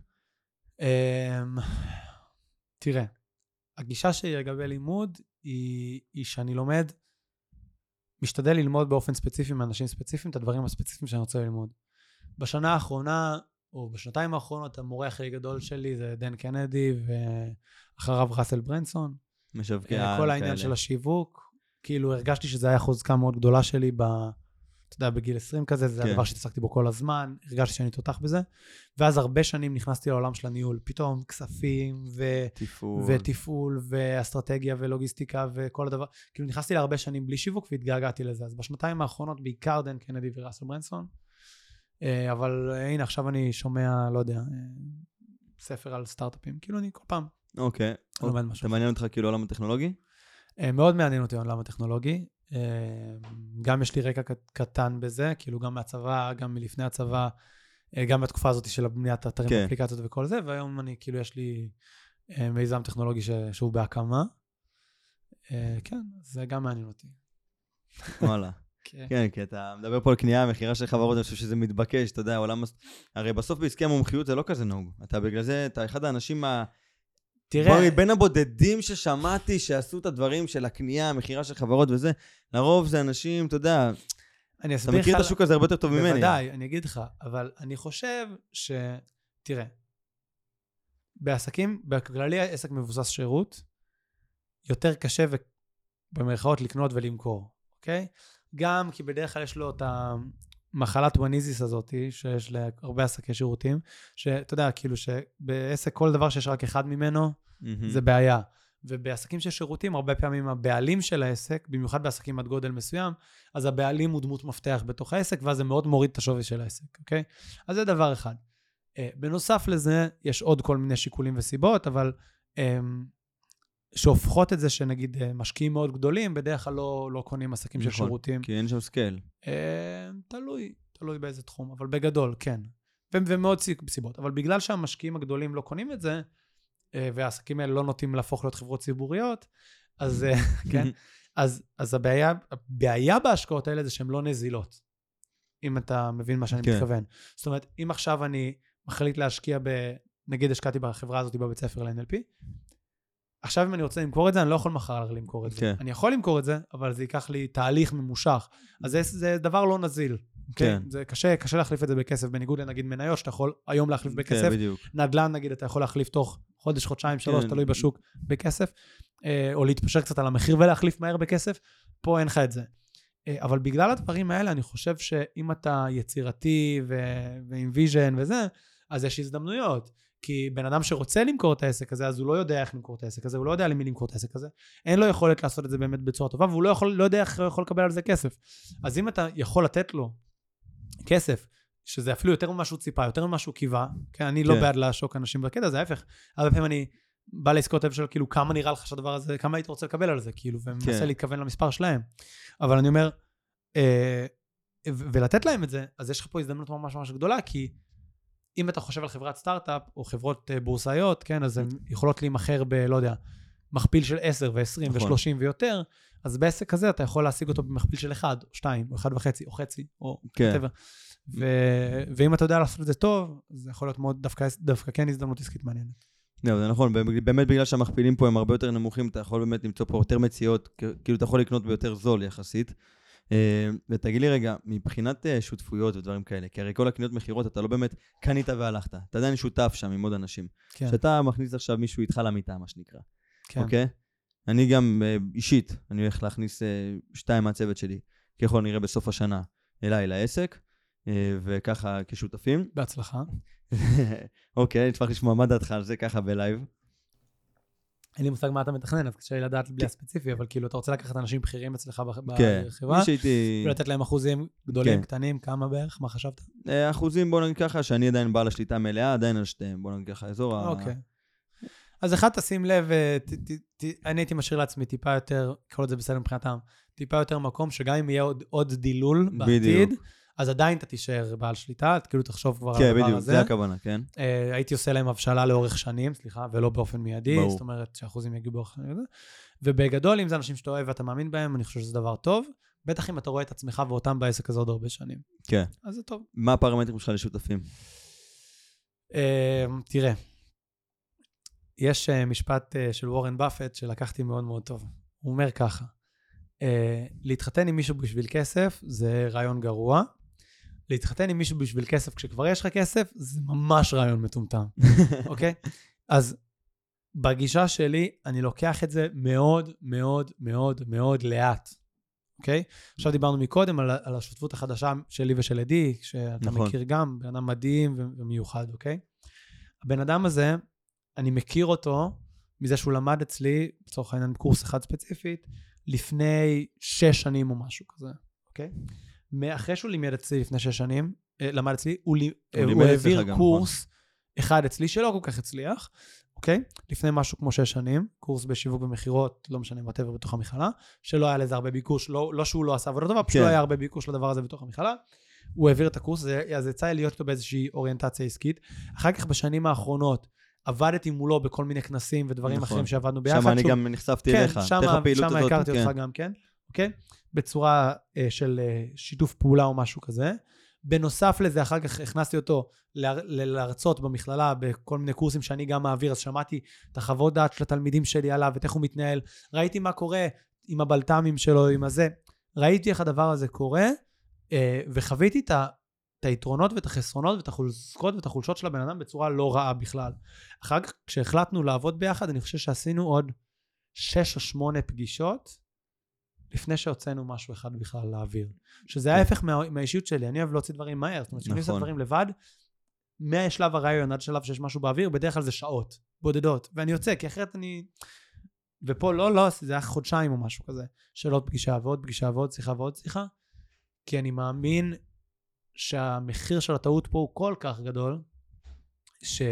תראה, הגישה שלי לגבי לימוד היא, היא שאני לומד, משתדל ללמוד באופן ספציפי מאנשים ספציפיים, את הדברים הספציפיים שאני רוצה ללמוד. בשנה האחרונה, או בשנתיים האחרונות, המורה הכי גדול שלי זה דן קנדי, ואחריו ראסל ברנסון. משווקי העל כאלה. כל העניין של השיווק. כאילו הרגשתי שזה היה חוזקה מאוד גדולה שלי, ב, אתה יודע, בגיל עשרים כזה, זה כן. הדבר שהתעסקתי בו כל הזמן, הרגשתי שאני תותח בזה. ואז הרבה שנים נכנסתי לעולם של הניהול, פתאום כספים, ו... תפעול. ותפעול, ואסטרטגיה, ולוגיסטיקה, וכל הדבר. כאילו נכנסתי להרבה שנים בלי שיווק, והתגעגעתי לזה. אז בשנתיים האחרונות, בעיקר דן קנדי וראסל ברנסון, אבל הנה, עכשיו אני שומע, לא יודע, ספר על סטארט-אפים. כאילו אני כל פעם אוקיי. לומד משהו. זה מעניין אותך כאילו עולם הטכנולוגי? מאוד מעניין אותי עולם הטכנולוגי. גם יש לי רקע קטן בזה, כאילו גם מהצבא, גם מלפני הצבא, גם בתקופה הזאת של בניית אתרים ואפליקציות וכל זה, והיום אני, כאילו יש לי מיזם טכנולוגי שהוא בהקמה. כן, זה גם מעניין אותי. וואלה. כן, כי אתה מדבר פה על קנייה, מחירה של חברות, אני חושב שזה מתבקש, אתה יודע, עולם... הרי בסוף בעסקי המומחיות זה לא כזה נהוג. אתה בגלל זה, אתה אחד האנשים ה... תראה... בין הבודדים ששמעתי שעשו את הדברים של הקנייה, מחירה של חברות וזה, לרוב זה אנשים, אתה יודע, אתה מכיר את השוק הזה הרבה יותר טוב ממני. בוודאי, אני אגיד לך, אבל אני חושב ש... תראה, בעסקים, בכללי עסק מבוסס שירות, יותר קשה במרכאות לקנות ולמכור, אוקיי? גם כי בדרך כלל יש לו את המחלת וואניזיס הזאת, שיש להרבה עסקי שירותים, שאתה יודע, כאילו שבעסק כל דבר שיש רק אחד ממנו, זה בעיה. ובעסקים של שירותים, הרבה פעמים הבעלים של העסק, במיוחד בעסקים עד גודל מסוים, אז הבעלים הוא דמות מפתח בתוך העסק, ואז זה מאוד מוריד את השווי של העסק, אוקיי? אז זה דבר אחד. בנוסף לזה, יש עוד כל מיני שיקולים וסיבות, אבל שהופכות את זה שנגיד משקיעים מאוד גדולים, בדרך כלל לא, לא קונים עסקים של שירותים. כי אין שם סקייל. תלוי, תלוי באיזה תחום, אבל בגדול, כן. ומאוד סיבות. אבל בגלל שהמשקיעים הגדולים לא קונים את זה, והעסקים האלה לא נוטים להפוך להיות חברות ציבוריות, אז, כן, אז, אז הבעיה, הבעיה בהשקעות האלה זה שהן לא נזילות, אם אתה מבין מה שאני מתכוון. זאת אומרת, אם עכשיו אני מחליט להשקיע ב, נגיד השקעתי בחברה הזאת בבית ספר ל-אן אל פי, עכשיו אם אני רוצה למכור את זה, אני לא יכול מחר למכור את זה. אני יכול למכור את זה, אבל זה ייקח לי תהליך ממושך. אז זה, זה דבר לא נזיל. כן. זה קשה, קשה להחליף את זה בכסף, בניגוד לנגיד מניות, שאתה יכול היום להחליף בכסף. כן, בדיוק. נדל"ן, נגיד, אתה יכול להחליף תוך חודש, חודשיים, שלוש, תלוי בשוק, בכסף, או להתפשר קצת על המחיר ולהחליף מהר בכסף. פה אין לך את זה. אבל בגלל הדברים האלה, אני חושב שאם אתה יצירתי ועם ויז'ן וזה, אז יש הזדמנויות. כי בן אדם שרוצה למכור את העסק הזה, אז הוא לא יודע איך למכור את העסק הזה, הוא לא יודע למי למכור את העסק הזה, אין לו יכולת לעשות את זה באמת בצורה טובה, והוא לא, יכול, לא יודע איך הוא יכול לקבל על זה כסף. אז אם אתה יכול לתת לו כסף, שזה אפילו יותר ממה שהוא ציפה, יותר ממה שהוא קיווה, כן, אני לא בעד לעשוק אנשים בקטע, זה ההפך. הרבה פעמים אני בא לעסקות של כאילו, כמה נראה לך שהדבר הזה, כמה היית רוצה לקבל על זה, כאילו, ומנסה להתכוון למספר שלהם. אבל אני אומר, אה, ולתת להם את זה, אז יש לך פה הזדמנות ממש ממש גדולה, כי אם אתה חושב על חברת סטארט-אפ, או חברות בורסאיות, כן, אז הן יכולות להימחר ב, לא יודע, מכפיל של עשר ו-עשרים ו-שלושים ויותר, אז בעסק הזה אתה יכול להשיג אותו במכפיל של אחד, או שתיים, או אחד וחצי, או חצי, או whatever. ואם אתה יודע לעשות את זה טוב, זה יכול להיות מאוד דווקא כן הזדמנות עסקית מעניינת. לא, זה נכון, באמת בגלל שהמכפילים פה הם הרבה יותר נמוכים, אתה יכול באמת למצוא פה יותר מציאות, כאילו אתה יכול לקנות ביותר זול יחסית. ותגיד לי רגע, מבחינת שותפויות ודברים כאלה, כי הרי כל הקניות מחירות, אתה לא באמת קנית והלכת, אתה עדיין שותף שם עם עוד אנשים. שאתה מכניס עכשיו מישהו איתך למיטה, מה שנקרא. אוקיי? אני גם אישית, אני הולך להכניס שתיים מהצוות שלי, ככל נראה בסוף השנה, אליי לעסק, וככה כשותפים. בהצלחה. אוקיי, אני צריך לשמוע מה דעתך על זה ככה בלייב. אין לי מושג מה אתה מתכנן, אז קשה לי לדעת בלי הספציפי, אבל כאילו אתה רוצה לקחת אנשים בכירים אצלך בחברה, ולתת להם אחוזים גדולים, קטנים, כמה בערך, מה חשבת? אחוזים, בוא נגיד ככה, שאני עדיין בעל השליטה מלאה, עדיין על שתיהם, בוא נגיד ככה, אזור ה... אוקיי. אז אחד תשים לב, אני הייתי משאיר לעצמי טיפה יותר, כל עוד זה בסדר מבחינתם, טיפה יותר מקום, שגם אם יהיה עוד דילול בעתיד, אז עדיין אתה תישאר בעל שליטה, כאילו תחשוב כבר על הדבר הזה. כן, בדיוק, זה הכוונה, כן. הייתי עושה להם הבשלה לאורך שנים, סליחה, ולא באופן מיידי, זאת אומרת שאחוזים יגיעו באורך שנים. ובגדול, אם זה אנשים שאתה אוהב ואתה מאמין בהם, אני חושב שזה דבר טוב, בטח אם אתה רואה את עצמך ואותם בעסק הזה עוד הרבה שנים. כן. אז זה טוב. מה הפרמטרים שלך לשותפים? תראה, יש משפט של וורן באפט שלקחתי מאוד מאוד טוב. הוא אומר ככה, להתחתן עם מישהו בשביל כסף זה רעיון גרוע, להתחתן עם מישהו בשביל כסף כשכבר יש לך כסף, זה ממש רעיון מטומטם, אוקיי? אז בגישה שלי, אני לוקח את זה מאוד, מאוד, מאוד, מאוד לאט, אוקיי? עכשיו דיברנו מקודם על, על השותפות החדשה שלי ושל עדי, שאתה נכון. מכיר גם, בן אדם מדהים ומיוחד, אוקיי? הבן אדם הזה, אני מכיר אותו, מזה שהוא למד אצלי, בצורך העניין קורס אחד ספציפית, לפני שש שנים או משהו כזה, אוקיי? אחרי שהוא לימד אצלי לפני שש שנים, למד אצלי, הוא, הוא, הוא העביר קורס אחד אצלי, שלא כל כך הצליח, אוקיי? לפני משהו כמו שש שנים, קורס בשיווק במחירות, לא משנה מה טבע בתוך המכללה, שלא היה לזה הרבה ביקוש, לא, לא שהוא לא עשה עבודה טובה, פשוט לא היה הרבה ביקוש לדבר הזה בתוך המכללה, הוא העביר את הקורס, אז יצא להיות לו באיזושהי אוריינטציה עסקית. אחר כך בשנים האחרונות, עבדתי מולו בכל מיני כנסים ודברים נכון. אחרים שעבדנו ביחד. שם אני גם נחשפתי אליך. כן, שם, שם הכרתי אותך גם, כן? אוקיי? בצורה uh, של uh, שיתוף פעולה או משהו כזה. בנוסף לזה, אחר כך הכנסתי אותו להרצות במכללה, בכל מיני קורסים שאני גם מעביר, אז שמעתי את החוות דעת של התלמידים שלי עליו, ואת איך הוא מתנהל. ראיתי מה קורה עם הבלטמים שלו, עם הזה. ראיתי איך הדבר הזה קורה, uh, וחוויתי את את היתרונות ואת החסרונות ואת החוזקות ואת החולשות של הבן אדם בצורה לא רעה בכלל. אחר כך, כשהחלטנו לעבוד ביחד, אני חושב שעשינו עוד שש או שמונה פגישות, לפני שהוצאנו משהו אחד בכלל לאוויר. שזה ההפך מה, מהאישיות שלי. אני אוהב להוציא דברים מהר. זאת אומרת, כשאני עושה דברים לבד, מהשלב הרעיון עד שלב שיש משהו באוויר, בדרך כלל זה שעות, בודדות. ואני יוצא, כי אחרת אני... ופה לא, לא, זה היה חודשיים או משהו כזה. של עוד פגישה ועוד פגישה ועוד שיחה ועוד שיחה. כי אני מאמין שהמחיר של הטעות פה הוא כל כך גדול, ש...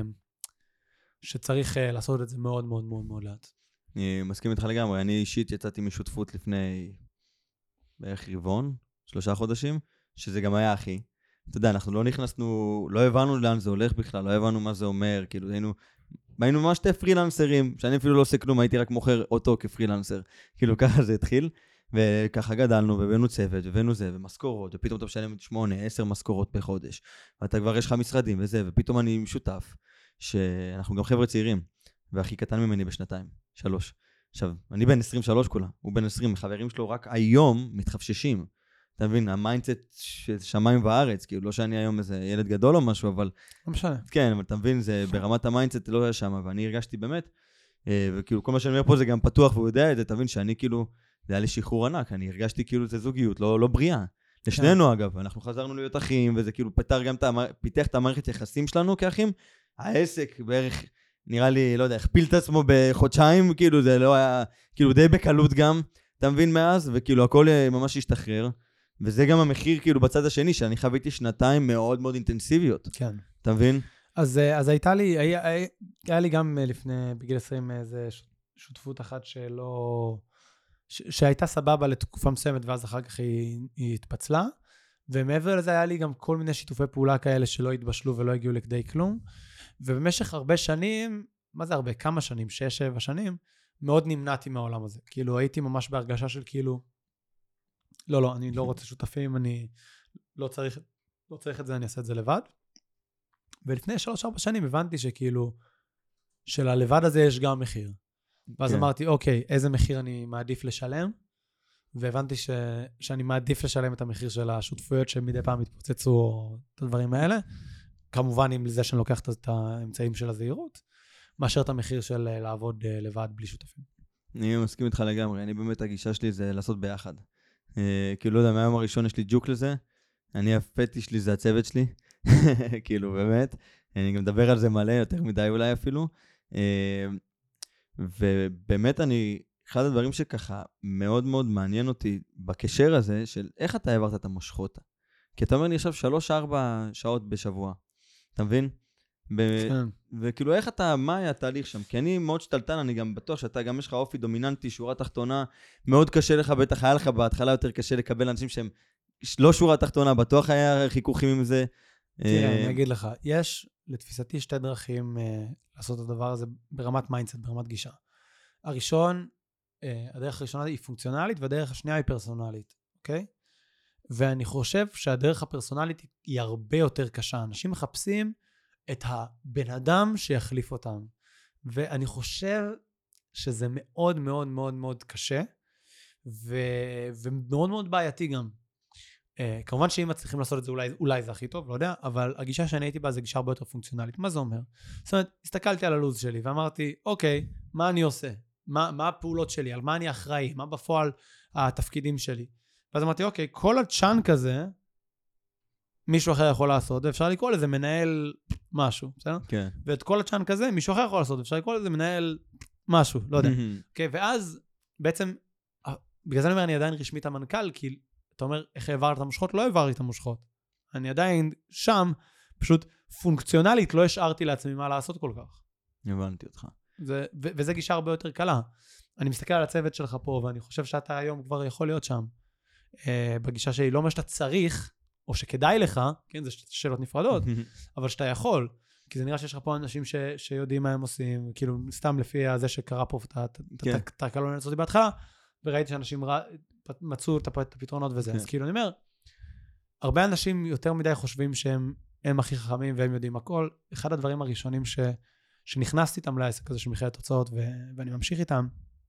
שצריך לעשות את זה מאוד מאוד מאוד מאוד לאט. אני מסכים איתך לגמרי. אני אישית יצאתי משותפות לפני בערך רבעון, שלושה חודשים, שזה גם היה אחי. אתה יודע, אנחנו לא נכנסנו, לא הבנו לאן זה הולך בכלל, לא הבנו מה זה אומר, כאילו היינו, היינו ממש שתי פרילנסרים, שאני אפילו לא עושה כלום, הייתי רק מוכר אותו כפרילנסר. כאילו ככה זה התחיל, וככה גדלנו, ובאנו צוות, ובאנו זה, ומשכורות, ופתאום אתה משלם שמונה, עשר משכורות בחודש, ואתה כבר יש לך משרדים וזה, ופתאום אני שותף, שאנחנו גם חבר'ה צעירים, והכי קטן ממני בשנתיים, שלוש. עכשיו, אני בן עשרים ושלוש כולה, הוא בן עשרים, החברים שלו רק היום מתחפששים. אתה מבין, המיינדסט של שמיים וארץ, כאילו לא שאני היום איזה ילד גדול או משהו, אבל... לא משנה. כן, אבל אתה מבין, זה ברמת המיינדסט לא היה שם, ואני הרגשתי באמת, וכאילו כל מה שאני אומר פה זה גם פתוח, והוא יודע את זה, תבין שאני כאילו, זה היה לי שחרור ענק, אני הרגשתי כאילו זה זוגיות, לא, לא בריאה. לשנינו אגב, אנחנו חזרנו להיות אחים, וזה כאילו פתר גם, פיתח את המערכת יחסים שלנו כאחים, העסק בערך... נראה לי, לא יודע, הכפיל את עצמו בחודשיים, כאילו זה לא היה, כאילו די בקלות גם, אתה מבין מאז, וכאילו הכל ממש השתחרר, וזה גם המחיר כאילו בצד השני, שאני חוויתי שנתיים מאוד מאוד אינטנסיביות. כן. אתה מבין? אז, אז הייתה לי, היה, היה, היה לי גם לפני, בגיל עשרים, איזו שותפות אחת שלא, ש, שהייתה סבבה לתקופה מסוימת, ואז אחר כך היא, היא התפצלה, ומעבר לזה היה לי גם כל מיני שיתופי פעולה כאלה שלא התבשלו ולא הגיעו לכדי כלום, ובמשך הרבה שנים, מה זה הרבה? כמה שנים? שש, שבע שנים, מאוד נמנעתי מהעולם הזה. כאילו הייתי ממש בהרגשה של כאילו, לא, לא, אני לא רוצה שותפים, אני לא צריך, לא צריך את זה, אני אעשה את זה לבד. ולפני שלוש, ארבע שנים הבנתי שכאילו, שללבד הזה יש גם מחיר. ואז אמרתי, אוקיי, איזה מחיר אני מעדיף לשלם? והבנתי ש, שאני מעדיף לשלם את המחיר של השותפויות שמדי פעם התפוצצו את הדברים האלה. כמובן עם זה שאני לוקח את האמצעים של הזהירות, מאשר את המחיר של לעבוד לבד בלי שותפים. אני מסכים איתך לגמרי, אני באמת הגישה שלי זה לעשות ביחד. כאילו לא יודע, מהיום הראשון יש לי ג'וק לזה, אני הפטיש שלי זה הצוות שלי, כאילו באמת, אני גם מדבר על זה מלא, יותר מדי אולי אפילו, ובאמת אני, אחד הדברים שככה מאוד מאוד מעניין אותי בקשר הזה, של איך אתה העברת את המושכות, כי אתה אומר לי עכשיו שלוש ארבע שעות בשבוע, אתה מבין? ב- וכאילו איך אתה, מה היה התהליך שם? כי אני מאוד שתלטן, אני גם בטוח שאתה גם יש לך אופי דומיננטי, שורה תחתונה, מאוד קשה לך, בטח היה לך בהתחלה יותר קשה לקבל אנשים שהם לא שורה תחתונה, בטוח היה חיכוכים עם זה. תראה, אני אגיד לך, יש לתפיסתי שתי דרכים לעשות את הדבר הזה ברמת מיינדסט, ברמת גישה. הראשון, הדרך הראשונה היא פונקציונלית, והדרך השנייה היא פרסונלית, אוקיי? ואני חושב שהדרך הפרסונלית היא הרבה יותר קשה. אנשים מחפשים את הבן אדם שיחליף אותם. ואני חושב שזה מאוד מאוד מאוד מאוד קשה, ו... ומאוד מאוד בעייתי גם. Uh, כמובן שאם מצליחים לעשות את זה, אולי, אולי זה הכי טוב, לא יודע, אבל הגישה שאני הייתי בה זה גישה הרבה יותר פונקציונלית. מה זה אומר? זאת אומרת, הסתכלתי על הלוז שלי ואמרתי, אוקיי, מה אני עושה? מה, מה הפעולות שלי? על מה אני אחראי? מה בפועל התפקידים שלי? ואז אמרתי, אוקיי, כל הצ'אנק הזה, מישהו אחר יכול לעשות, ואפשר לקרוא לזה מנהל משהו, בסדר? כן. ואת כל הצ'אנק הזה, מישהו אחר יכול לעשות, ואפשר לקרוא לזה מנהל משהו, לא יודע. אוקיי, ואז בעצם, בגלל זה אני אומר, אני עדיין רשמית המנכ"ל, כי אתה אומר, איך העברת את המושכות? לא העברתי את המושכות. אני עדיין שם, פשוט פונקציונלית, לא השארתי לעצמי מה לעשות כל כך. הבנתי אותך. זה, ו- וזה גישה הרבה יותר קלה. אני מסתכל על הצוות שלך פה, ואני חושב שאתה היום כבר יכול להיות שם. אה, בגישה שלי, לא מה שאתה צריך, או שכדאי לך, כן, זה שאלות נפרדות, אבל שאתה יכול. כי זה נראה שיש לך פה אנשים ש- שיודעים מה הם עושים, כאילו, סתם לפי זה שקרה פה את הקלון הזאת בהתחלה, וראיתי שאנשים רא... מצאו את הפתרונות וזה. אז כאילו אני אומר, הרבה אנשים יותר מדי חושבים שהם הם הכי חכמים והם יודעים הכל. אחד הדברים הראשונים ש... שנכנסתי איתם לעסק הזה של מכללת תוצאות ו... ואני ממשיך איתם,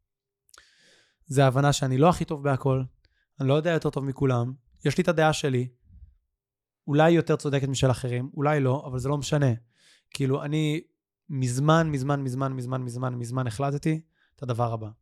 זה ההבנה שאני לא הכי טוב בהכל, אני לא יודע יותר טוב מכולם, יש לי את הדעה שלי, אולי יותר צודקת משל אחרים, אולי לא, אבל זה לא משנה. כאילו, אני מזמן, מזמן, מזמן, מזמן, מזמן, מזמן החלטתי את הדבר הבא.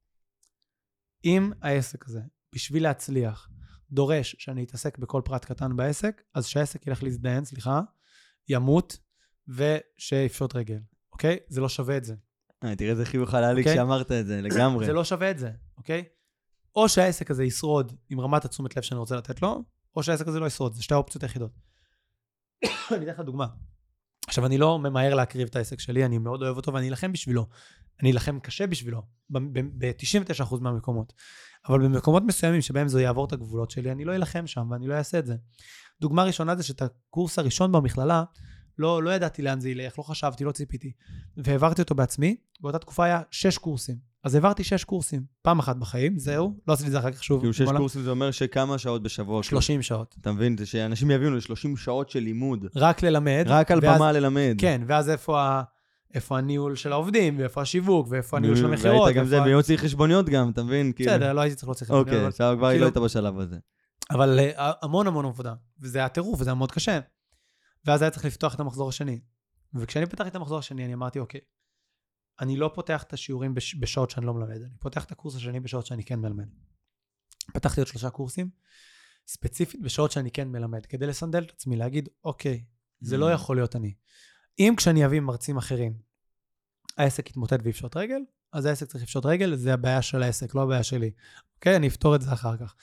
אם העסק הזה, בשביל להצליח, דורש שאני אתעסק בכל פרט קטן בעסק, אז שהעסק ילך להזדהן, סליחה, ימות, ושיפשוט רגל. אוקיי? זה לא שווה את זה. תראה איזה חיוך עלה לי כשאמרת את זה, לגמרי. זה לא שווה את זה, אוקיי? או שהעסק הזה ישרוד עם רמת התשומת לב שאני רוצה לתת לו, או שהעסק הזה לא ישרוד. זה שתי האופציות היחידות. אני אתן לך דוגמה. עכשיו, אני לא ממהר להקריב את העסק שלי, אני מאוד אוהב אותו ואני אלחם בשבילו. אני אלחם קשה בשבילו, ב-תשעים ותשעה אחוז מהמקומות. אבל במקומות מסוימים שבהם זה יעבור את הגבולות שלי, אני לא אלחם שם ואני לא אעשה את זה. דוגמה ראשונה זה שאת הקורס הראשון במכללה, לא, לא ידעתי לאן זה ילך, לא חשבתי, לא ציפיתי. והעברתי אותו בעצמי, באותה תקופה היה שש קורסים. אז העברתי שש קורסים, פעם אחת בחיים, זהו, לא עשיתי את זה אחר כך שוב. כאילו שש קורסים זה אומר שכמה שעות בשבוע? שלושים שעות. אתה מבין, זה שאנשים יבינו ל-שלושים שעות של לימוד. רק ללמד. רק על במה ללמד. כן, ואז איפה ה... איפה הניהול של העובדים, ואיפה השיווק, ואיפה הניהול של המחירות. והיית גם זה, ויוציא חשבוניות גם, אתה מבין? בסדר, לא הייתי צריך להוציא חשבוניות. אוקיי, עכשיו כבר לא היית בשלב הזה. אבל המון המון עבודה, וזה היה טירוף, וזה היה מאוד קשה. ואז היה צריך לפתוח את המחזור השני. וכשאני פתחתי את המחזור השני, אני אמרתי, אוקיי, אני לא פותח את השיעורים בשעות שאני לא מלמד, אני פותח את הקורס השני בשעות שאני כן מלמד. פתחתי עוד שלושה קורסים, ספציפית בשעות שאני כן מלמד, כדי לסנדל את עצמי, להגיד, אוקיי, זה לא יכול להיות אני. אם כשאני אביא מרצים אחרים, העסק יתמוטט ויפשוט רגל, אז העסק צריך לפשוט רגל, זה הבעיה של העסק, לא הבעיה שלי. אוקיי, אני אפתור את זה אחר כך.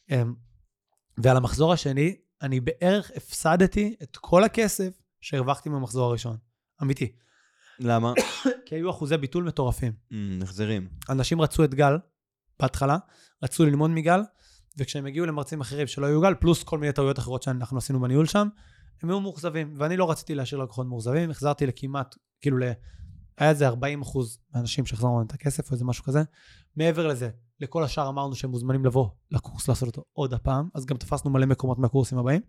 ועל המחזור השני, אני בערך הפסדתי את כל הכסף שהרווחתי מהמחזור הראשון. אמיתי. למה? כי היו אחוזי ביטול מטורפים. נחזרים. אנשים רצו את גל, בהתחלה, רצו ללמוד מגל, וכשהם הגיעו למרצים אחרים שלא היו גל, פלוס כל מיני טעויות אחרות שאנחנו עשינו בניהול שם, הם היו מאוכזבים, ואני לא רציתי להשאיר לקוחות מאוכזבים, החזרתי לכמעט, כאילו, היה איזה ארבעים אחוז מהאנשים שהחזרנו את הכסף, או איזה משהו כזה. מעבר לזה, לכל השאר אמרנו שהם מוזמנים לבוא לקורס, לעשות אותו עוד הפעם, אז גם תפסנו מלא מקומות מהקורסים הבאים,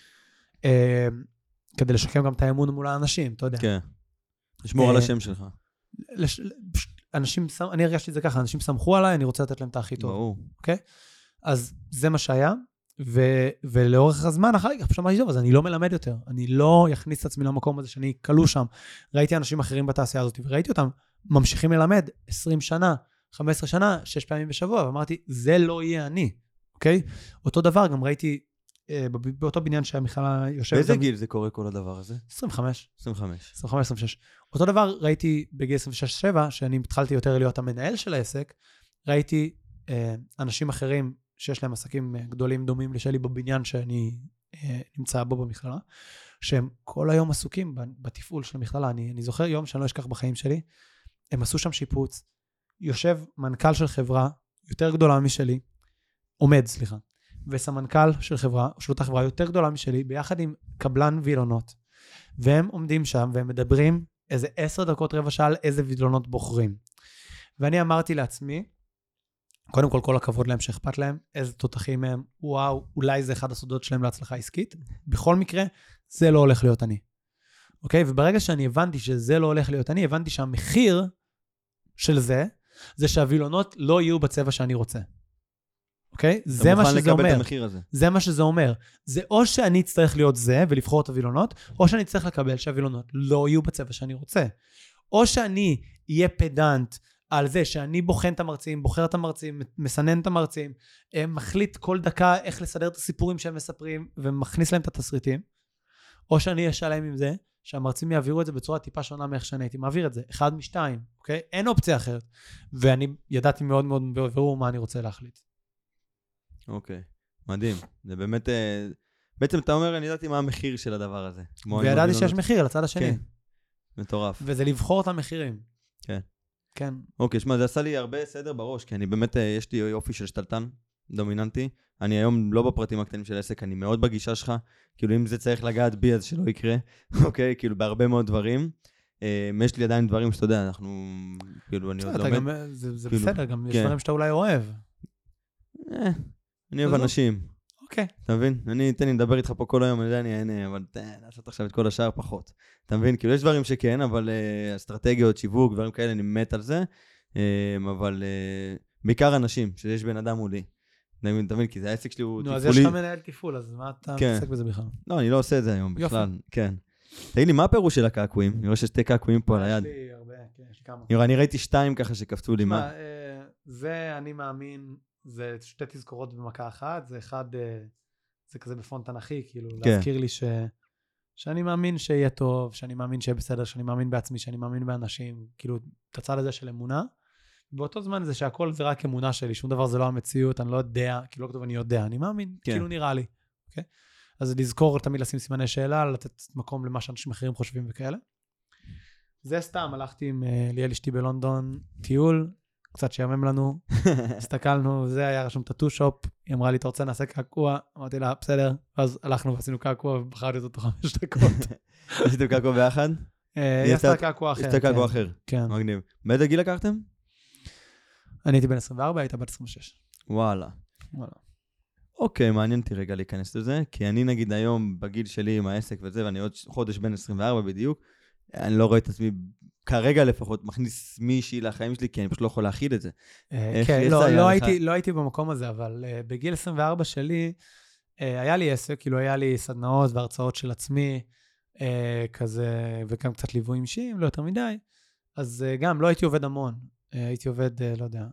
כדי לשקם גם את האמון מול האנשים, אתה יודע. כן. לשמור על השם שלך. אנשים, אני הרגשתי את זה ככה, אנשים סמכו עליי, אני רוצה לתת להם את הכי טוב. ברור. אוקיי? אז זה מה שהיה, ולאורך הזמן אחר כך, פשוט אמרתי טוב, אז אני לא מלמד יותר, אני לא יכניס את עצמי למקום הזה שאני קלו שם. ראיתי אנשים אחרים בתעשייה הזאת, וראיתי אותם ממשיכים ללמד עשרים שנה, חמש עשרה שנה, שש פעמים בשבוע, ואמרתי, זה לא יהיה אני, אוקיי? אותו דבר, גם ראיתי באותו בניין שהמכללה יושבת... באיזה גיל זה קורה כל הדבר הזה? עשרים וחמש. עשרים וחמש. עשרים וחמש, עשרים ושש. אותו דבר ראיתי בגיל עשרים ושש שבע, שאני התחלתי יותר להיות המנהל של העסק, ראיתי אה, אנשים אחרים שיש להם עסקים גדולים דומים לשלי בבניין שאני אה, נמצא בו במכללה, שהם כל היום עסוקים בתפעול של המכללה. אני, אני זוכר יום שאני לא אשכח בחיים שלי, הם עשו שם שיפוץ, יושב מנכ"ל של חברה יותר גדולה משלי, עומד, סליחה, וסמנכ"ל של חברה, של אותה חברה יותר גדולה משלי, ביחד עם קבלן וילונות, והם עומדים שם והם מדברים איזה עשר דקות רבע שעה על איזה וילונות בוחרים. ואני אמרתי לעצמי, קודם כל כל הכבוד להם שאכפת להם, איזה תותחים הם, וואו, אולי זה אחד הסודות שלהם להצלחה עסקית, בכל מקרה, זה לא הולך להיות אני. אוקיי? וברגע שאני הבנתי שזה לא הולך להיות אני, הבנתי שהמחיר של זה, זה שהווילונות לא יהיו בצבע שאני רוצה. אוקיי? זה מה שזה אומר. זה מה שזה אומר. זה או שאני אצטרך להיות זה ולבחור את הווילונות, או שאני אצטרך לקבל שהווילונות לא יהיו בצבע שאני רוצה. או שאני אהיה פדנט על זה שאני בוחן את המרצים, בוחר את המרצים, מסנן את המרצים, מחליט כל דקה איך לסדר את הסיפורים שהם מספרים, ומכניס להם את התסריטים. או שאני אהיה שלם עם זה, שהמרצים יעבירו את זה בצורה טיפה שונה מאיך שאני הייתי מעביר את זה. אחד משתיים, אוקיי? אין אופציה אחרת. ואני ידעתי מאוד מאוד בבירור מה אני רוצה להחליט. אוקיי, מדהים. זה באמת, בעצם אתה אומר, אני ידעתי מה המחיר של הדבר הזה. וידעתי שיש מחיר לצד השני. כן, מטורף. וזה לבחור את המחירים. כן. כן. אוקיי, שמה, זה עשה לי הרבה סדר בראש, כי אני באמת, יש לי יופי של שתלטן דומיננטי. אני היום לא בפרטים הקטנים של העסק, אני מאוד בגישה שלך. כאילו, אם זה צריך לגעת בי, אז שלא יקרה. אוקיי, כאילו, בהרבה מאוד דברים. יש לי עדיין דברים שאתה יודע, אנחנו, כאילו, אני עוד לומד. זה בסדר, גם יש דברים שאתה אולי אוהב. אה, אני אוהב אנשים. אוקיי. אתה מבין? אני אתן לי לדבר איתך פה כל היום, אני יודע, אני אענה, אבל תן, לעשות עכשיו את כל השאר פחות. אתה מבין? כאילו, יש דברים שכן, אבל אסטרטגיות, שיווק, דברים כאלה, אני מת על זה. אבל בעיקר אנשים, שיש בן אדם מולי. אתה מבין, כי זה העסק שלי הוא נו, תפעולי. אז יש לך מנהל תפעול, אז מה אתה כן. מתעסק בזה בכלל? לא, אני לא עושה את זה היום יופי. בכלל, כן. תגיד לי, מה הפירוש של הקעקועים? אני רואה שיש שתי קעקועים פה על היד. יש לי הרבה, כן, יש לי כמה. יורה, אני ראיתי שתיים ככה שקפצו לי, תשמע, מה? אה, זה אני מאמין, זה שתי תזכורות במכה אחת, זה אחד, אה, זה כזה בפונט תנכי, כאילו, כן. להזכיר לי ש... שאני מאמין שיהיה טוב, שאני מאמין שיהיה בסדר, שאני מאמין בעצמי, שאני מאמין באנשים, כאילו, את הצד הזה של אמונה. באותו זמן זה שהכל זה רק אמונה שלי, שום דבר זה לא המציאות, אני לא יודע, כאילו לא כתוב אני יודע, אני מאמין, כן. כאילו נראה לי, אוקיי? אז לזכור תמיד לשים סימני שאלה, לתת מקום למה שאנשים אחרים חושבים וכאלה. זה סתם, הלכתי עם ליאל אשתי בלונדון, טיול, קצת שיאמם לנו, הסתכלנו, זה היה רשום טאטו שופ, היא אמרה לי, אתה רוצה נעשה קעקוע? אמרתי לה, בסדר, ואז הלכנו ועשינו קעקוע, ובחרתי אותו תוך חמש דקות. עשיתם קעקוע ביחד? היא עשתה קעקוע אחר. עשתה קעקוע אחר. כן. מגניב. באיזה גיל לקחתם? אני הייתי בן עשרים וארבע, הייתה בת עשרים ושש. וואלה. וואלה. אוקיי, מעניין אותי רגע להיכנס לזה, כי אני נגיד היום בגיל שלי עם העסק וזה, ואני עוד חודש בן עשרים וארבע בדיוק, אני לא רואה את עצמי, כרגע לפחות, מכניס מישהי לחיים שלי, כי אני פשוט לא יכול להכיל את זה. כן, לא הייתי במקום הזה, אבל בגיל עשרים וארבע שלי, היה לי עסק, כאילו היה לי סדנאות והרצאות של עצמי, כזה, וגם קצת ליווי אישיים, לא יותר מדי, אז גם לא הייתי עובד המון, הייתי עובד, לא יודע,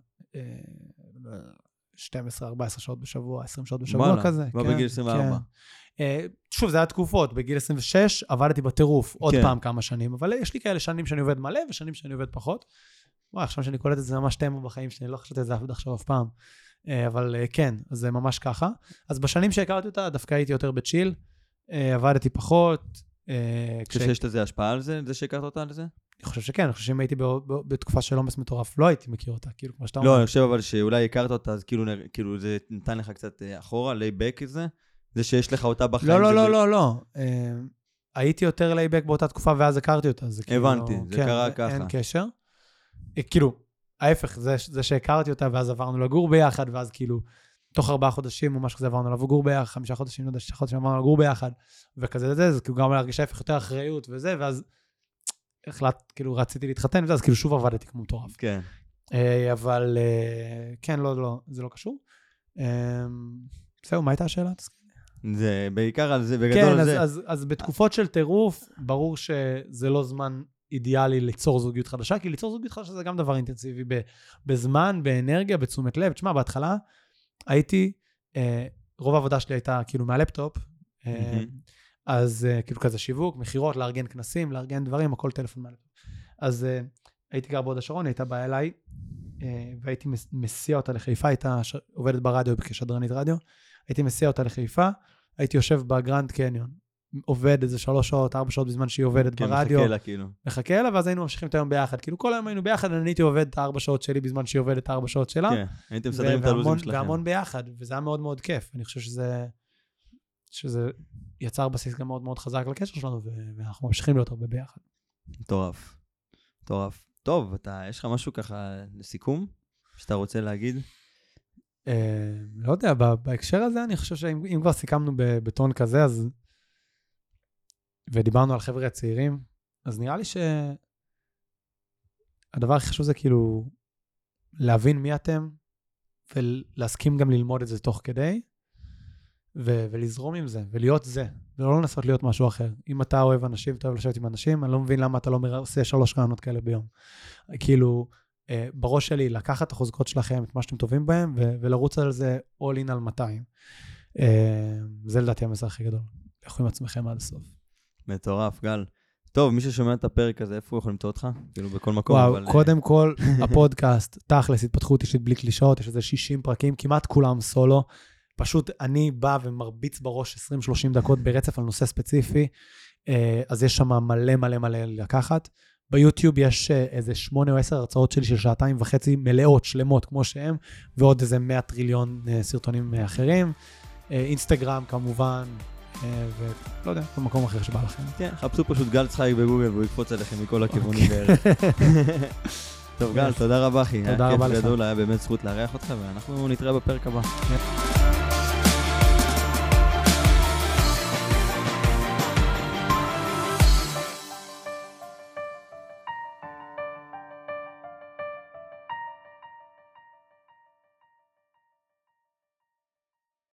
שתים עשרה ארבע עשרה שעות בשבוע, עשרים שעות בשבוע כזה. מה בגיל עשרים וארבע? שוב, זה היה תקופות, בגיל עשרים ושש עבדתי בטירוף עוד פעם כמה שנים, אבל יש לי כאלה שנים שאני עובד מלא ושנים שאני עובד פחות. וואי, עכשיו שאני קולט את זה ממש תאמו בחיים שלי, לא חשבתי את זה עכשיו אף פעם. אבל כן, אז זה ממש ככה. אז בשנים שהכרתי אותה, דווקא הייתי יותר בצ'יל, עבדתי פחות. כשיש לזה השפעה על זה, זה שהכרת אותה על זה? אני חושב שכן, אני חושב שאם הייתי בתקופה של עומס מטורף, לא הייתי מכיר אותה, כאילו, כמו שאתה אומר. לא, אני חושב אבל שאולי הכרת אותה, אז כאילו זה נתן לך קצת אחורה, לייבק איזה, זה שיש לך אותה בחיים. לא, לא, לא, לא, לא. הייתי יותר לייבק באותה תקופה, ואז הכרתי אותה. הבנתי, זה קרה ככה. אין קשר. כאילו, ההפך, זה שהכרתי אותה, ואז עברנו לגור ביחד, ואז כאילו, תוך ארבעה חודשים, או משהו כזה, עברנו לגור ביחד, חמישה חודשים, לא יודע, שישה חודשים, עברנו לגור ביחד, וכזה זה, זה כאילו גם להרגיש ההפך יותר אחריות וזה, ואז החלט, כאילו, רציתי להתחתן, ואז כאילו שוב עבדתי כמו מטורף. כן. אבל, כן, לא, לא, זה לא קשור. זהו, מה הייתה השאלה? זה בעיקר על זה, בגדול כן, על זה. אז, אז בתקופות של טירוף, ברור שזה לא זמן אידיאלי ליצור זוגיות חדשה, כי ליצור זוגיות חדשה זה גם דבר אינטנסיבי, בזמן, באנרגיה, בתשומת לב. תשמע, בהתחלה הייתי, רוב העבודה שלי הייתה כאילו מהלפטופ, אז כאילו כזה שיווק, מחירות, לארגן כנסים, לארגן דברים, הכל טלפון מהלפטופ. אז הייתי גר בהוד השרון, הייתה באה אליי, והייתי מסיע אותה לחיפה, הייתה עובדת ברדיו כשדרנית רדיו, הייתי מסיע אותה לחיפה, הייתי יושב בגרנד קניון, עובד איזה שלוש שעות, ארבע שעות בזמן שהיא עובדת ברדיו. מחכה לה כאילו. מחכה לה, ואז היינו ממשיכים את היום ביחד. כאילו כל היום היינו ביחד, אני הייתי עובד את הארבע שעות שלי בזמן שהיא עובדת את הארבע שעות שלה. כן, הייתם מסדרים את הלוזים שלכם. והמון ביחד, וזה היה מאוד מאוד כיף. אני חושב שזה, שזה יצר בסיס גם מאוד מאוד חזק לקשר שלנו, ואנחנו ממשיכים להיות הרבה ביחד. מטורף. מטורף. טוב, אתה, יש לך משהו ככה לסיכום שאתה רוצה להגיד? לא יודע, בהקשר הזה אני חושב שאם כבר סיכמנו בטון כזה, אז ודיברנו על חבר'ה הצעירים, אז נראה לי שהדבר הכי חשוב זה כאילו להבין מי אתם, ולהסכים גם ללמוד את זה תוך כדי, ו- ולזרום עם זה, ולהיות זה, ולא לנסות להיות משהו אחר. אם אתה אוהב אנשים, אתה אוהב לשבת עם אנשים, אני לא מבין למה אתה לא עושה שלוש רעיונות כאלה ביום. כאילו, בראש שלי, לקחת את החוזקות שלכם, את מה שאתם טובים בהם, ו- ולרוץ על זה all in על מאתיים. זה לדעתי המסר הכי גדול. לכו עם עצמכם עד הסוף. מטורף, גל. טוב, מי ששומע את הפרק הזה, איפה הוא יכול למצוא אותך? כאילו בכל מקום, וואו, אבל... קודם כל, הפודקאסט, תכלס, התפתחות אישית בלי קלישאות, יש איזה שישים פרקים, כמעט כולם סולו. פשוט אני בא ומרביץ בראש עשרים שלושים דקות ברצף על נושא ספציפי, אז יש שם מלא מלא מלא לקחת. ביוטיוב יש איזה שמונה או עשר הרצאות שלי של שעתיים וחצי מלאות, שלמות, כמו שהם, ועוד איזה מאה טריליון סרטונים אחרים. אינסטגרם כמובן, ולא יודע, במקום אחר שבא לכם. כן, חפשו פשוט גל צחייק בגוגל, והוא יקפוץ עליכם מכל הכיוונים בערך. טוב, גל, תודה רבה אחי. תודה רבה לך. היה כיף גדול, היה באמת זכות לארח אותך, ואנחנו נתראה בפרק הבא.